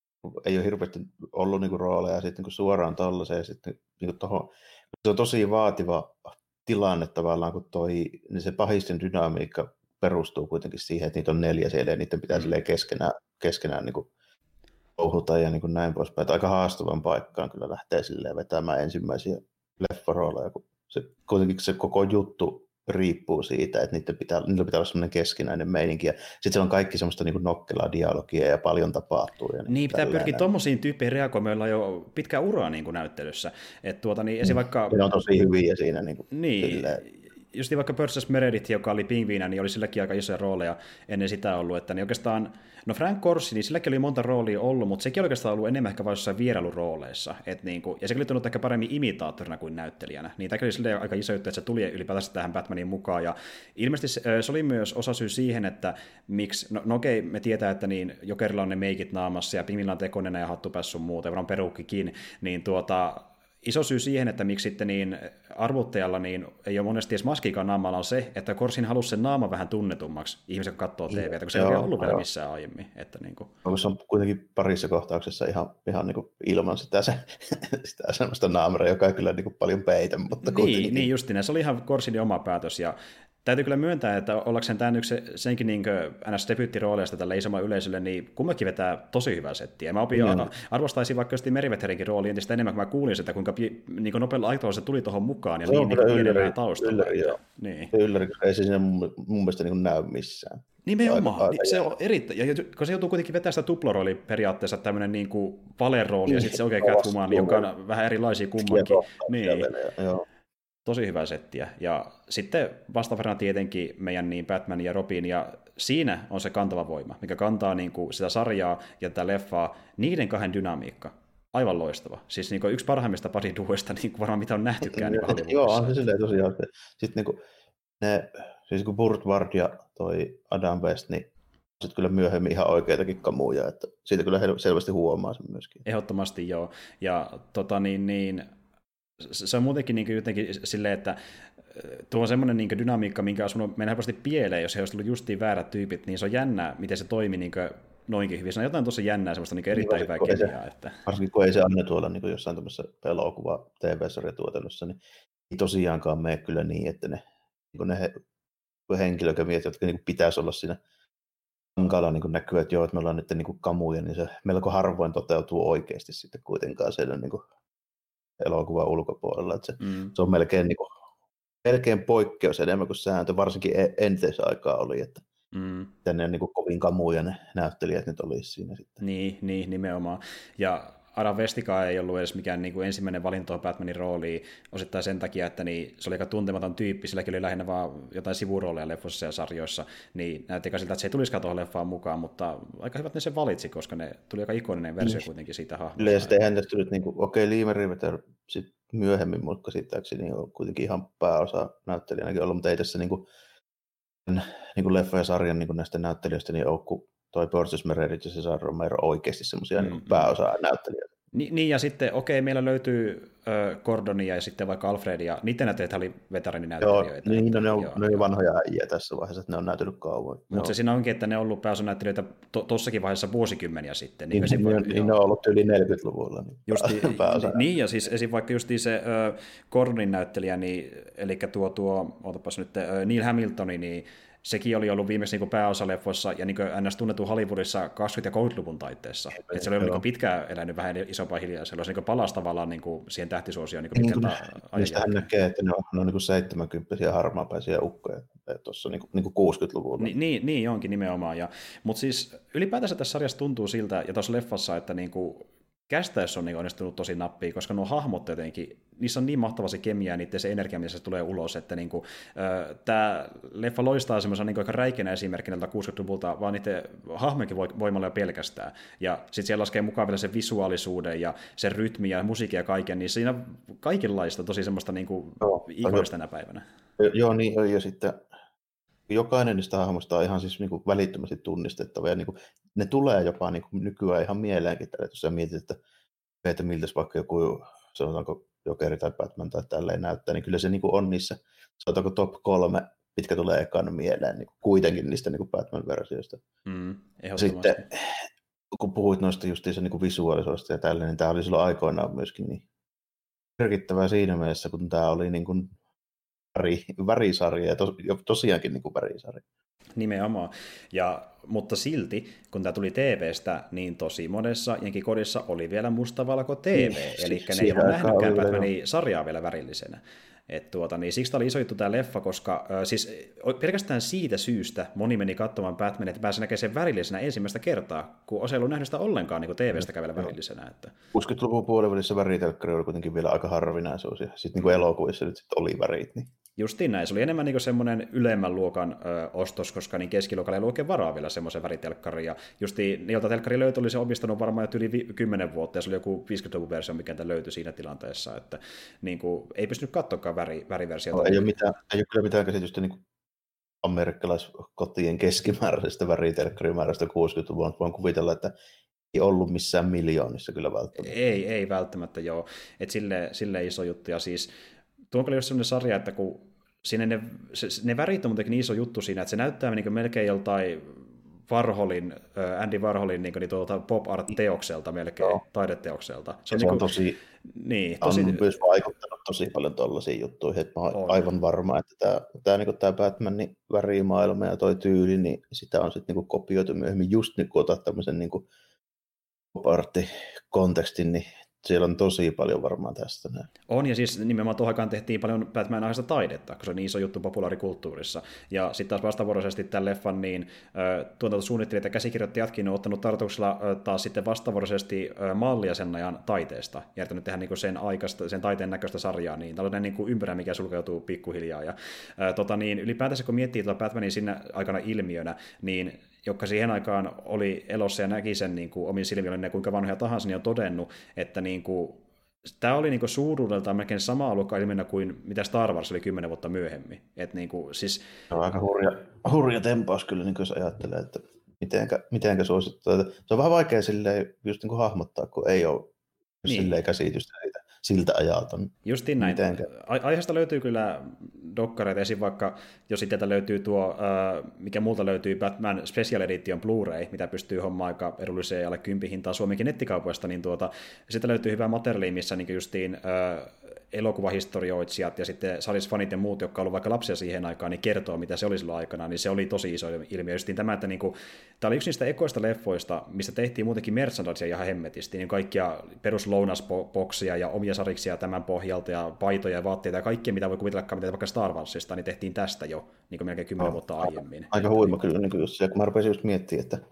ei ole hirveästi ollut niinku rooleja sitten niinku suoraan tollaiseen sitten niinku tohon. Se on tosi vaativa tilanne tavallaan, kun toi niin se pahisten dynamiikka perustuu kuitenkin siihen, että niitä on neljä siellä ja niiden pitää silleen keskenään, keskenään niinku touhuta ja niinku näin poispäin. Aika haastavan paikkaan kyllä lähtee silleen vetämään ensimmäisiä leffarooleja, kun se kuitenkin se koko juttu riippuu siitä, että niiden pitää, niillä pitää olla semmoinen keskinäinen meininki. Ja sitten se on kaikki semmoista niin kuin nokkelaa dialogia ja paljon tapahtuu. Ja niin, pitää pyrkiä tuommoisiin tyyppeihin reagoimaan. Meillä on jo pitkä ura niin kuin näyttelyssä. Et tuota, niin, mm. vaikka... Ne on tosi hyviä siinä. Niin, kuin, niin just vaikka Perseus Meredith, joka oli pingviinä, niin oli silläkin aika isoja rooleja ennen sitä ollut. Että niin oikeastaan, no Frank Corsi, niin silläkin oli monta roolia ollut, mutta sekin oli oikeastaan ollut enemmän ehkä vain jossain vierailurooleissa. Et niin kuin, ja sekin oli tullut ehkä paremmin imitaattorina kuin näyttelijänä. Niin tämä oli silleen aika iso juttu, että se tuli ylipäätänsä tähän Batmanin mukaan. Ja ilmeisesti se, se oli myös osa syy siihen, että miksi, no, no okei, me tietää, että niin Jokerilla on ne meikit naamassa ja pingviinillä on tekonenä ja hattupäässä sun muuta, ja varmaan peruukkikin, niin tuota... Iso syy siihen, että miksi sitten niin arvuttajalla niin ei ole monesti edes maskiikaan naamalla, on se, että Corsin halusi sen naaman vähän tunnetummaksi ihmiset, kun katsoo T V:tä, kun se ei ole ollut vielä missään aiemmin. Että niin kuin... Onko se on kuitenkin parissa kohtauksessa ihan, ihan niin kuin ilman sitä, se, sitä semmoista naamaria, joka ei kyllä niin kuin paljon peitä. Mutta niin, niin justiin, se oli ihan Corsin oma päätös. Ja täytyy kyllä myöntää, että ollakseen tämä yksi senkin niin N S-debyyttirooleista tälle isomman yleisölle, niin kummakin vetää tosi hyvää settiä. Mä opin, mm. arvostaisin vaikka just Merivetherinkin rooli entistä enemmän, kun mä kuulin sitä, kuinka niin nopealla aikataululla se tuli tuohon mukaan ja se niin, niin pienellä taustalla. Ylläri, joo. Niin. Ylläri, koska ei se siinä mun, mun mielestä niin näy missään. Nimenomaan. Aika, aika se on erittäin, ja kun se joutuu kuitenkin vetämään sitä tuplorooli periaatteessa tämmöinen niin kuin valerooli, niin, ja sitten se oikein Catwoman, joka on vähän erilaisia kummankin. Niin. Joo. Tosi hyvää settiä. Ja sitten vastaavana tietenkin meidän niin Batman ja Robin, ja siinä on se kantava voima, mikä kantaa niin kuin sitä sarjaa ja tätä leffaa, niiden kahden dynamiikka. aivan loistava. Siis niin kuin yksi parhaimmista pariduoista, niin kuin varmaan mitä on nähtykään niin Hollywoodissa. Joo, on se silleen tosiaan. Sitten niin kuin ne, siis kun Burt Ward ja toi Adam West, niin sitten kyllä myöhemmin ihan oikeitakin kamuja, että siitä kyllä selvästi huomaa sen myöskin. Ehdottomasti joo. Ja tota niin, niin se on muutenkin niin jotenkin silleen, että tuo on semmoinen niin dynamiikka, minkä on mennyt helposti pieleen, jos he olisi tullut justiin väärät tyypit, niin se on jännää, miten se toimi niin noinkin hyvin. Se on jotain tosi jännää, semmoista niin erittäin niin, hyvää kemiaa. Että... Varsinkin kun ei se anne tuolla niin jossain tämmöisessä elokuva T V-sarjatuotannossa, niin ei tosiaankaan mene kyllä niin, että ne, niin ne henkilökemiat, jotka niin pitäisi olla siinä hankala niin näkyy, että joo, että me ollaan nyt niin kamuja, niin se melko harvoin toteutuu oikeasti sitten kuitenkaan siellä niin elokuvan ulkopuolella. Että se, mm. se on melkein, niin kuin, melkein poikkeus enemmän kuin sääntö, varsinkin enteisaikaa oli, että mm. ne niin kuin kovin kamuja ne näyttelijät nyt olisi siinä sitten. Niin, niin nimenomaan. Ja Adam Westikaan ei ollut edes mikään niin kuin ensimmäinen valinto Batmanin rooliin, osittain sen takia, että niin, se oli aika tuntematon tyyppi, silläkin oli lähinnä vaan jotain sivurooleja leffoissa ja sarjoissa, niin näyttikään siltä, että se ei tulisikaan tuohon leffaan mukaan, mutta aika hyvät ne sen valitsi, koska ne tuli aika ikoninen versio mm. kuitenkin siitä hahmosta. Ja sitten eihän tästä nyt, niin kuin, okei, okay, Liam Riveter sitten myöhemmin, mutta käsittääkseni niin on kuitenkin ihan pääosa näyttelijänäkin ollut, mutta ei tässä niin kuin, niin kuin leffa ja sarjan niin kuin näistä näyttelijöistä niin ole kuin toi Burgess Meredith ja Cesar Romero oikeasti semmoisia mm, niin pääosaa näyttelijöitä. Ni, niin, ja sitten, okei, okay, meillä löytyy äh, Gordonia ja sitten vaikka Alfredia. Niiden näyttelijät oli veteraninäyttelijöitä. Joo, niin, no, ne on, joo, ne on vanhoja äijä tässä vaiheessa, että ne on näytellyt kauan. Mutta se siinä onkin, että ne on ollut pääosanäyttelijöitä to, tossakin vaiheessa vuosikymmeniä sitten. Niin, niin, niin, niin ne on ollut yli neljäkymmentäluvulla. Niin, Justi, niin, ja siis esim. Vaikka justiin se äh, Gordonin näyttelijä, niin, eli tuo, tuo ootapas nyt, äh, Neil Hamiltoni, niin sekin oli ollut viimeksi niin pääosaleffoissa ja niin ns. Tunnettu Hollywoodissa kaksikymmentä- ja kolmekymmentäluvun taitteessa. Että se oli niin pitkään elänyt vähän isompaa hiljaisella. Se niin palasi tavallaan niin siihen tähtisuosioon niin pitkältä ajan. Niistähän näkee, että ne on, ne on niin seitsemänkymppisiä harmaapäisiä ukkoja tuossa niin niin kuusikymmentäluvulla. Ni, niin, niin onkin nimenomaan. Mutta siis ylipäätänsä tässä sarjassa tuntuu siltä, ja tuossa leffassa, että niin kuin kästäessä on niin onnistunut tosi nappia, koska nuo hahmot jotenkin, niissä on niin mahtava se kemia ja niiden se energia, missä se tulee ulos, että niin kuin, äh, tämä leffa loistaa semmoisen niin aika räikeänä esimerkkinä kuusikymmentäluvulta, vaan niiden hahmojenkin voimalla jo pelkästään. Ja sitten siellä laskee mukaan vielä sen visuaalisuuden ja sen rytmi ja musiikin ja kaiken, niin siinä kaikenlaista tosi semmoista niin kuin no, ikonista tänä päivänä. Joo, niin ja sitten jokainen niistä hahmoista on ihan siis niin kuin välittömästi tunnistettava, ja niin kuin, ne tulee jopa niin kuin nykyään ihan mieleenkin, tälle, jos sä mietit, että, että miltä vaikka joku, sanotaanko Jokeri tai Batman tai tälleen näyttää, niin kyllä se niin kuin on niissä, sanotaanko top kolme, mitkä tulee ekana mieleen, niin kuin kuitenkin niistä niin kuin Batman-versioista. Mm, sitten, kun puhuit noista justiinsa niin kuin visuaalisuudesta ja tälleen, niin tämä oli silloin aikoinaan myöskin niin merkittävää siinä mielessä, kun tämä oli niin kuin Väri, värisarja ja tos, tosiaankin niin kuin värisarja. Nimenomaan. Ja, mutta silti, kun tämä tuli T V:stä, niin tosi monessa jenkikodissa oli vielä mustavalko T V. Niin, eli siis ne ei ole nähnytkään Batmanin sarjaa vielä värillisenä. Et tuota, niin siksi tämä oli iso juttu tämä leffa, koska äh, siis pelkästään siitä syystä moni meni katsomaan Batmanin, että pääsi näkemään sen värillisenä ensimmäistä kertaa, kun osa ei ollut nähnyt sitä ollenkaan niin T V:stä kävellä värillisenä. Että... kuusikymmentäluvun puolivälissä väritelkkari oli kuitenkin vielä aika harvinaisuus, ja sitten niin elokuvissa nyt sit oli värit. Niin. Justiin näin. Se oli enemmän niin semmoinen ylemmän luokan ö, ostos, koska niin keskiluokalla ei ollut oikein varaa vielä semmoisen väritelkkariin. Ja justiin ne, joilta telkkari löytyi, oli se omistanut varmaan jo yli kymmenen vuotta, ja se oli joku viisikymmentäluvun versio, mikä löytyi siinä tilanteessa. Että niin kuin, ei pystynyt katsoakaan väri, väriversiota. No, ei, ole mitään, ei ole kyllä mitään käsitystä niin amerikkalaiskotien keskimääräisestä väritelkkarimäärästä kuusikymmentäluvun, voin kuvitella, että ei ollut missään miljoonissa kyllä välttämättä. Ei, ei välttämättä, joo. Että sille, sille iso juttu. Ja siis tuo on kyllä just sellainen sarja, että kun siinä ne, se, ne värit on muutenkin niin iso juttu siinä, että se näyttää niin melkein joltain Warholin, Andy Warholin niin, niin tuolta pop art-teokselta melkein, no. taideteokselta. Se on, se niin kuin, on tosi, niin, tosi... on myös vaikuttanut tosi paljon tuollaisiin juttuihin, että mä oon aivan varma, että tämä, tämä, niin tämä Batmanin värimaailma ja toi tyyli, niin sitä on sitten niin kopioitu myöhemmin, just niin kun otat tämmöisen niin pop art-kontekstin, niin siellä on tosi paljon varmaan tästä. Näin. On, ja siis nimenomaan tuohon aikaan tehtiin paljon Batman-aiheista taidetta, koska se on niin iso juttu populaarikulttuurissa. Ja sitten taas vastavuoroisesti tämän leffan niin tuotantosuunnittelijat ja käsikirjoittajatkin on ottanut tarkoituksella taas sitten vastavuoroisesti mallia sen ajan taiteesta, ja yrittänyt tehdä niin sen, aikaista, sen taiteen näköistä sarjaa, niin tällainen niin ympärä, mikä sulkeutuu pikkuhiljaa. Ja, ää, tota, niin, ylipäätänsä kun miettii tuota Batmanin sinne aikana ilmiönä, niin jotka siihen aikaan oli elossa ja näki sen niin kuin omin silmiin, ne kuinka vanhoja tahansa, niin on todennut, että niin kuin, tämä oli niin suuruudeltaan melkein sama alukka ilmiönä kuin mitä Star Wars oli kymmenen vuotta myöhemmin. Et niin kuin, siis... Se on aika hurja, hurja tempaus kyllä, niin jos ajattelee, että mitenkä, mitenkä suosittaa. Se on vähän vaikea silleen, just niin kuin hahmottaa, kun ei ole niin. silleen käsitystä siitä, siltä ajalta. Justiin näin. Aiheesta löytyy kyllä dokkareita, esim. Vaikka, jos sieltä löytyy tuo, mikä multa löytyy Batman Special Edition Blu-ray, mitä pystyy hommaan aika edulliseen alle kympin hintaa Suomenkin nettikaupoista, niin tuota, sitten löytyy hyvää materiaalia, missä niin justiin elokuvahistorioitsijat ja sitten sarjisfanit ja muut, jotka on ollut vaikka lapsia siihen aikaan, niin kertoo, mitä se oli silloin aikana, niin se oli tosi iso ilmiö. Justiin tämä, että niinku, tämä oli yksi niistä ekoista leffoista, mistä tehtiin muutenkin merchandisea ihan hemmetisti, niin kaikkia perus lounasboksia ja omia sariksia tämän pohjalta ja paitoja ja vaatteita ja kaikkea, mitä voi kuvitellakaan, mitä vaikka Star Warsista, niin tehtiin tästä jo niin kuin melkein kymmenen vuotta aiemmin. Aika huima kyllä, niin just se, kun mä rupesin just miettimään, että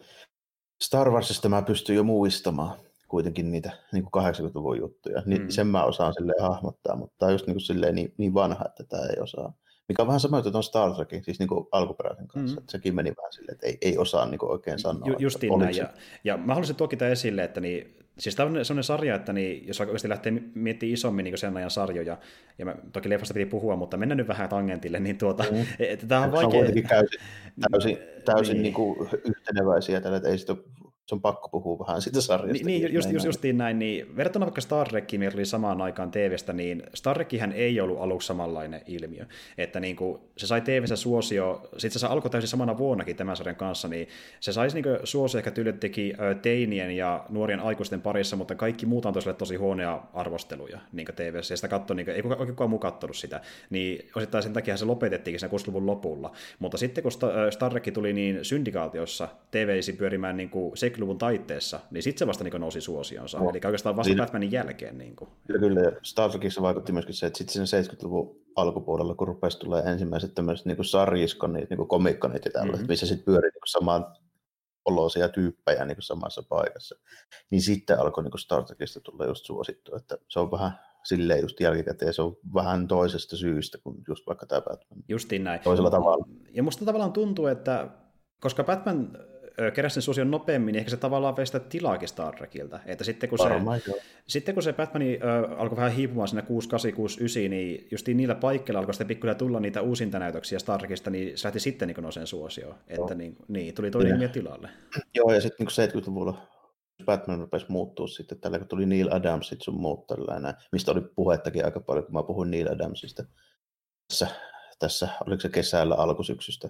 Star Warsista mä pystyn jo muistamaan kuitenkin niitä niin kuin kahdeksankymmentäluvun juttuja, niin mm. sen mä osaan silleen hahmottaa, mutta tämä on just niin, kuin silleen niin, niin vanha, että tämä ei osaa. Mikä on vähän sama juttu tuon Star Trekin, siis niin kuin alkuperäisen kanssa, mm. että sekin meni vähän silleen, että ei, ei osaa niin kuin oikein sanoa. Ju, justiin näin, ja, ja mä haluaisin tuokita esille, että niin, siis tämä on sellainen sarja, että niin, jos oikeasti lähtee miettimään isommin niin sen ajan sarjoja, ja mä, toki leffasta piti puhua, mutta mennään nyt vähän tangentille, niin tuota, mm. että tämä on vaikea. Se on kuitenkin täysin, täysin, täysin niin. Niin kuin yhteneväisiä tällä, että ei sitä se on pakko puhua vähän siitä sarjasta. Niin, just, just, justiin näin. Niin, verrattuna vaikka Star Trekkiin, mikä oli samaan aikaan T V:stä, niin Star Trekkihän ei ollut aluksi samanlainen ilmiö. Että niin kuin, se sai T V:ssä suosio, sitten se alkoi täysin samana vuonnakin tämän sarjan kanssa, niin se saisi niin suosio ehkä tyyli teki teinien ja nuorien aikuisten parissa, mutta kaikki muut antoi sille tosi huonoja arvosteluja niin T V:ssä, ja sitä katsoi, niin kuin, ei kukaan, kukaan muu katsonut sitä. Niin osittain sen takia se lopetettiinkin sen kuusikymmentäluvun lopulla. Mutta sitten kun Star Trek tuli niin syndikaatiossa T V:isi pyörimään niin kuin luvun taitteessa, niin sitten se vasta niin nousi suosionsa. No. Eli oikeastaan vasta niin, Batmanin jälkeen. Niin kuin. Kyllä, kyllä. Ja Star Trekissa vaikutti myöskin se, että sitten siinä seitsemänkymmentäluvun alkupuolella, kun rupesi tulee ensimmäiset tämmöiset niin sarjiskonit, niin komikkonit ja tällaiset, mm-hmm. missä sitten pyörii niin saman oloisia tyyppejä niin samassa paikassa, niin sitten alkoi niin Star Trekista tulla just suosittu, että se on vähän silleen just jälkikäteen, se on vähän toisesta syystä kuin just vaikka tämä Batman. Justiin näin. Toisella tavalla. Ja musta tavallaan tuntuu, että koska Batman keräsi sen suosion nopeammin, niin ehkä se tavallaan vei sitä tilaakin Star Trekiltä. Että sitten kun se, sitten kun se Batman äh, alkoi vähän hiipumaan siinä kuusi kahdeksan kuusi yhdeksän, niin justiin niillä paikkeilla alkoi sitten pikkuhiljaa tulla niitä uusintanäytöksiä Star Trekista, niin se lähti sitten niin nouseen suosioon. Että niin, niin, tuli toinen ilmiö tilalle. Joo, ja sitten niin seitsemänkymmentäluvulla Batman rupesi muuttua sitten, tällä kun tuli Neil Adamsit sun muut tällainen, mistä oli puhettakin aika paljon, kun mä puhuin Neil Adamsista. Tässä, tässä oliko se kesällä alkusyksystä?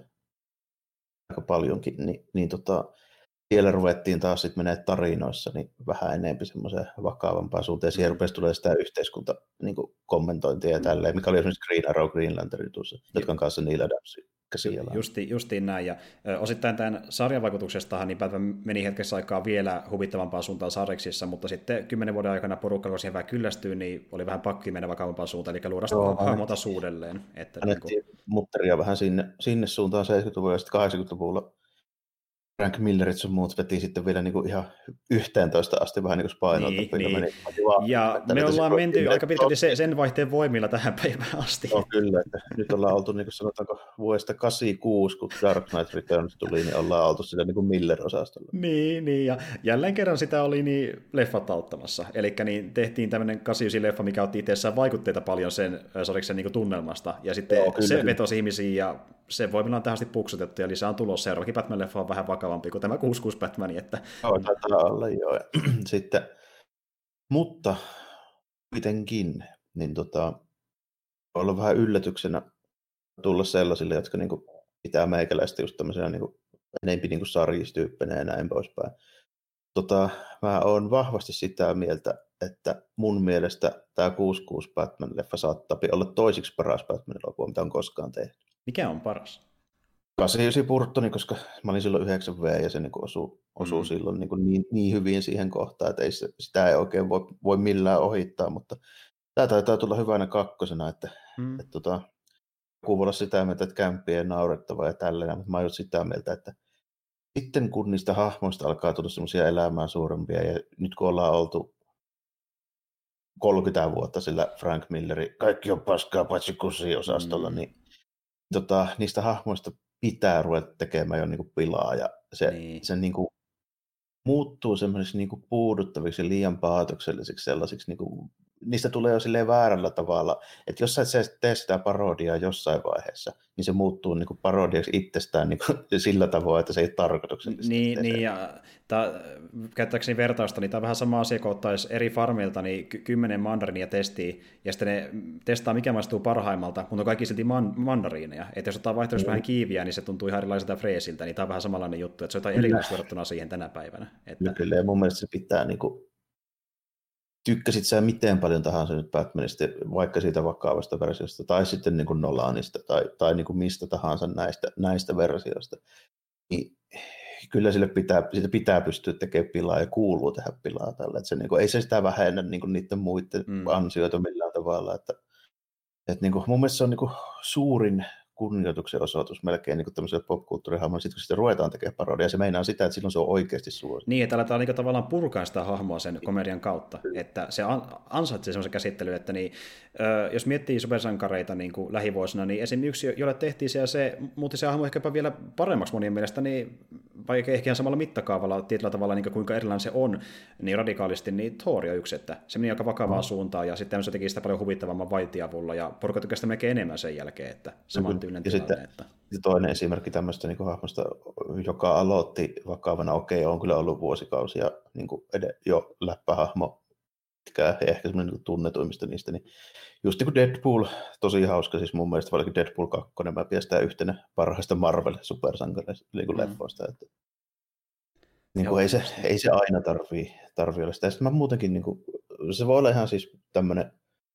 Aika paljonkin, niin, niin tota, siellä ruvettiin taas sitten menee tarinoissa niin vähän enemmän semmoiseen vakavampaan suuntaan, ja siellä rupesi tulee sitä yhteiskunta niin kommentointia ja tälleen, mikä oli esimerkiksi Green Arrow, Green Lantern tuossa, jotka on kanssa Neil Adamsin käsillä. Justi, justiin näin, ja ö, osittain tämän sarjan vaikutuksestahan niin Batman meni hetkessä aikaa vielä huvittavampaan suuntaan sarjiksissa, mutta sitten kymmenen vuoden aikana porukka, kun siihen vähän kyllästyy, niin oli vähän pakki mennä vakavampaan suuntaan, eli luoda sitä hahmota suudelleen. Että annettiin niin kuin mutteria vähän sinne, sinne suuntaan seitsemänkymmentäluvulla ja sitten kahdeksankymmentäluvulla. Frank Millerit sun muut veti sitten vielä niin kuin ihan yhteentoista asti vähän niin kuin Spinal niin, niin. Meni, ja me ollaan menty aika pitkälti se, sen vaihteen voimilla tähän päivään asti. No kyllä, että nyt ollaan oltu niin kuin sanotaanko vuodesta kahdeksankymmentäkuusi, kun Dark Knight Returns tuli, niin ollaan oltu sillä niin kuin Miller-osastolla. Niin, niin, ja jälleen kerran sitä oli niin leffat auttamassa. Eli niin tehtiin tämmöinen kahdeksankymmentäyhdeksän-leffa, mikä otti itsessään vaikutteita paljon sen sariksen niin kuin tunnelmasta, ja sitten joo, kyllä, se kyllä. vetosi ihmisiin, ja se voimilla on tähän asti puksutettu, ja lisää on tulossa. Seuraavakin Batman-leffa on vähän vakavampi kuin tämä kuusi kuusi Batman. Että joo, taitaa olla, joo. Sitten, mutta kuitenkin, niin tota, olla vähän yllätyksenä tulla sellaisille, jotka niinku pitää meikäläistä just tämmöisenä niinku, enempi niinku sarjistyyppänä ja näin poispäin. Tota, mä oon vahvasti sitä mieltä, että mun mielestä tämä kuusi kuusi Batman-leffa saattaa olla toisiksi paras Batman-elokuva, mitä on koskaan tehty. Mikä on paras? kahdeksankymmentäyhdeksän Burtoni, koska mä olin silloin yhdeksän vuotta ja se niin osui, osui mm. silloin niin, niin, niin hyvin siihen kohtaan, että ei, sitä ei oikein voi, voi millään ohittaa, mutta tämä taitaa tulla hyvänä kakkosena, että, mm. että, että tota, joku voi olla sitä mieltä, että kämppi ei naurettava ja tällainen, mutta mä oon sitä mieltä, että sitten kun niistä hahmoista alkaa tulla semmoisia elämää suurempia ja nyt kun ollaan oltu kolmekymmentä vuotta sillä Frank Milleri, kaikki on paskaa paitsi kusi-osastolla, mm. niin tota, niistä hahmoista pitää ruveta tekemään jo niin kuin pilaa ja se, Niin. se niin kuin muuttuu semmoisiksi niin kuin puuduttaviksi liian paatoksellisiksi sellaisiksi, niin kuin, niistä tulee jo silleen väärällä tavalla, että jos sä et tee sitä parodiaa jossain vaiheessa, niin se muuttuu niin kuin parodiaksi itsestään niin kuin sillä tavoin, että se ei tarkoituksellisesti. Niin, niin ja tää, käyttääkseni vertausta, niin tämä on vähän sama asia, kun ottaisi eri farmilta niin ky- kymmenen mandariinia testiin, ja sitten ne testaa, mikä maistuu parhaimmalta, mutta on kaikki silti man- mandariineja. Että jos ottaa vaihtoehtoisesti mm. vähän kiiviä, niin se tuntuu ihan erilaiselta freesiltä, niin tämä on vähän samanlainen juttu, että se on jotain erilaista verrattuna siihen tänä päivänä. Että... Kyllä, ja mun mielestä se pitää niin kuin tykkäsit sä miten paljon tahansa nyt Batmanista, vaikka siitä vakavasta versiosta, tai sitten niin kuin Nolanista, tai, tai niin kuin mistä tahansa näistä, näistä versioista, niin kyllä sille pitää, siitä pitää pystyä tekemään pilaa ja kuuluu tehdä pilaa tällä. Että se, niin kuin, ei se sitä vähennä niin kuin niiden muiden mm. ansioita millään tavalla. Että, että niin kuin, mun mielestä se on niin kuin suurin kunnioituksen osoitus melkein niin tämmöiselle popkulttuurihahmolle, sitten kun sitä ruvetaan tekemään parodia, se meinaa sitä, että silloin se on oikeasti suosittu. Niin, että aletaan niin tavallaan purkaa sitä hahmoa sen komedian kautta, että se ansaitsee semmoisen käsittelyyn, että niin, jos miettii supersankareita niin kuin lähivuosina, niin esimerkiksi yksi, jolle tehtiin siellä se, muutti se hahmo ehkäpä vielä paremmaksi monien mielestä, niin vaikka ehkä ihan samalla mittakaavalla, tietyllä tavalla niin kuinka erilainen se on, niin radikaalisti, niin Thor on yksi, että se meni aika vakavaan no. suuntaan, ja sitten se teki sitä paljon huvittavamman vaitiavulla, ja porukka tykkäsi sitä melkein enemmän sen jälkeen, että saman tyylinen tilanne. Sitten, että... toinen esimerkki tämmöistä niin hahmosta, joka aloitti vakavana, okei, on kyllä ollut vuosikausia niin kuin ed- jo läppähahmo, ja ehkä semmoinen niin tunnetuimmista niistä, niin just niin kuin Deadpool, tosi hauska, siis mun mielestä vaikka Deadpool kaksi, mä pidän sitä yhtenä parhaista Marvel-supersankareista niin kuin mm. leffoista, että niin kuin ei, se, ei se aina tarvii, tarvii olla sitä. Sitten mä muutenkin, niin kuin, se voi olla ihan siis tämmöinen,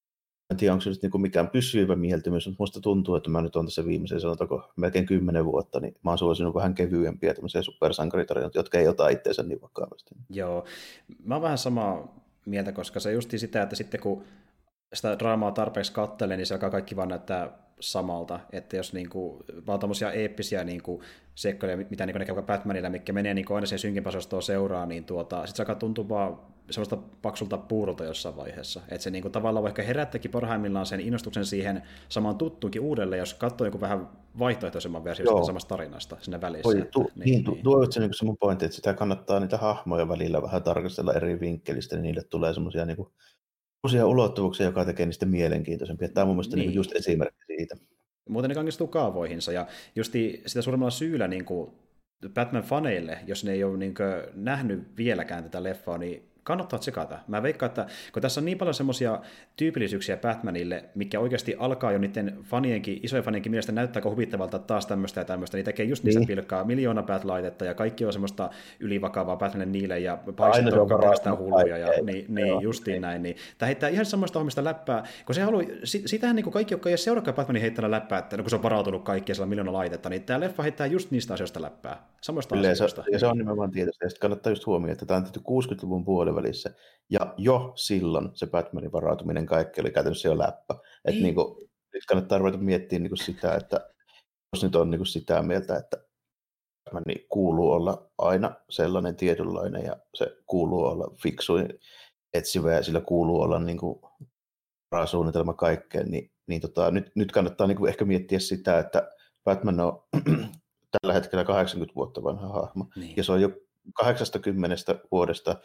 en tiedä, onko se niin mikään pysyvä mieltymys, mutta musta tuntuu, että mä nyt olen tässä viimeisen, sanotaanko melkein kymmenen vuotta, niin mä oon suosinut vähän kevyempiä tämmöisiä supersankaritarinoita, jotka ei ota itseensä niin vakavasti. Joo, mä oon vähän samaa mieltä, koska se justi sitä, että sitten kun sitä draamaa tarpeeksi kattelee, niin se alkaa kaikki vaan näyttää samalta, että jos niinku, vaan tommosia eeppisiä niinku seikkoja, mitä niinku ne käy Batmanilla, mikä menee niinku aina sen synkimpasastoon seuraa, niin tuota, sit se alkaa tuntua vaan semmoista paksulta puurolta jossain vaiheessa. Että se niinku tavallaan vaikka herättäkin parhaimmillaan sen innostuksen siihen samaan tuttuunkin uudelleen, jos katsoo joku vähän vaihtoehtoisemman versio samasta tarinasta siinä välissä. Oi, tu, että, niin, niin, tu, tuo on se, niin se mun pointti, että sitä kannattaa niitä hahmoja välillä vähän tarkastella eri vinkkelistä, niin niille tulee semmoisia niinku uusia ulottuvuuksia, joka tekee niistä mielenkiintoisempia. Tämä on mun mielestä niin. Niin just esimerkki siitä. Muuten ne kangistuu kaavoihinsa, ja justi sitä suuremmalla syyllä niin kuin Batman-faneille, jos ne ei ole niin kuin nähnyt vieläkään tätä leffaa, niin kannattaa tsekata. Mä veikkaan, että kun tässä on niin paljon semmoisia tyypillisyyksiä Batmanille, mikä oikeasti alkaa jo niiden fanienkin, isojen fanienkin mielestä näyttääkö huvittavalta taas tämmöistä ja tämmöistä, niin tekee just niistä niin. pilkkaa miljoona Bat-laitetta, ja kaikki on semmoista ylivakavaa Batmanin niille, ja paiset on pelkästään hulluja, ja niin, niin justiin näin. Niin. Tämä heittää ihan semmoista hommista läppää, kun se haluaa, sitähän niin kaikki, jotka ei seuraakaan Batmanin heittänyt läppää, että kun se on varautunut kaikkia siellä miljoona laitetta, niin tämä leffa heittää just niistä asioista läppää. Samoista Kyllä, asioista. Se, ja se on nimenomaan tietysti, ja sitten kannattaa just huomioida, että tämä on tehty kuusikymmentäluvun puolivälissä, ja jo silloin se Batmanin varautuminen kaikki oli käytännössä jo läppä. Että niin kuin, nyt kannattaa ruveta miettimään niin kuin sitä, että jos nyt on niin kuin sitä mieltä, että Batmanin kuuluu olla aina sellainen tietynlainen, ja se kuuluu olla fiksuin, etsivä, ja sillä kuuluu olla niin kuin varasuunnitelma kaikkeen, niin, niin tota, nyt, nyt kannattaa niin kuin ehkä miettiä sitä, että Batman on tällä hetkellä kahdeksankymmentä vuotta vanha hahmo, niin. Ja se on jo kahdeksankymmentä vuodesta,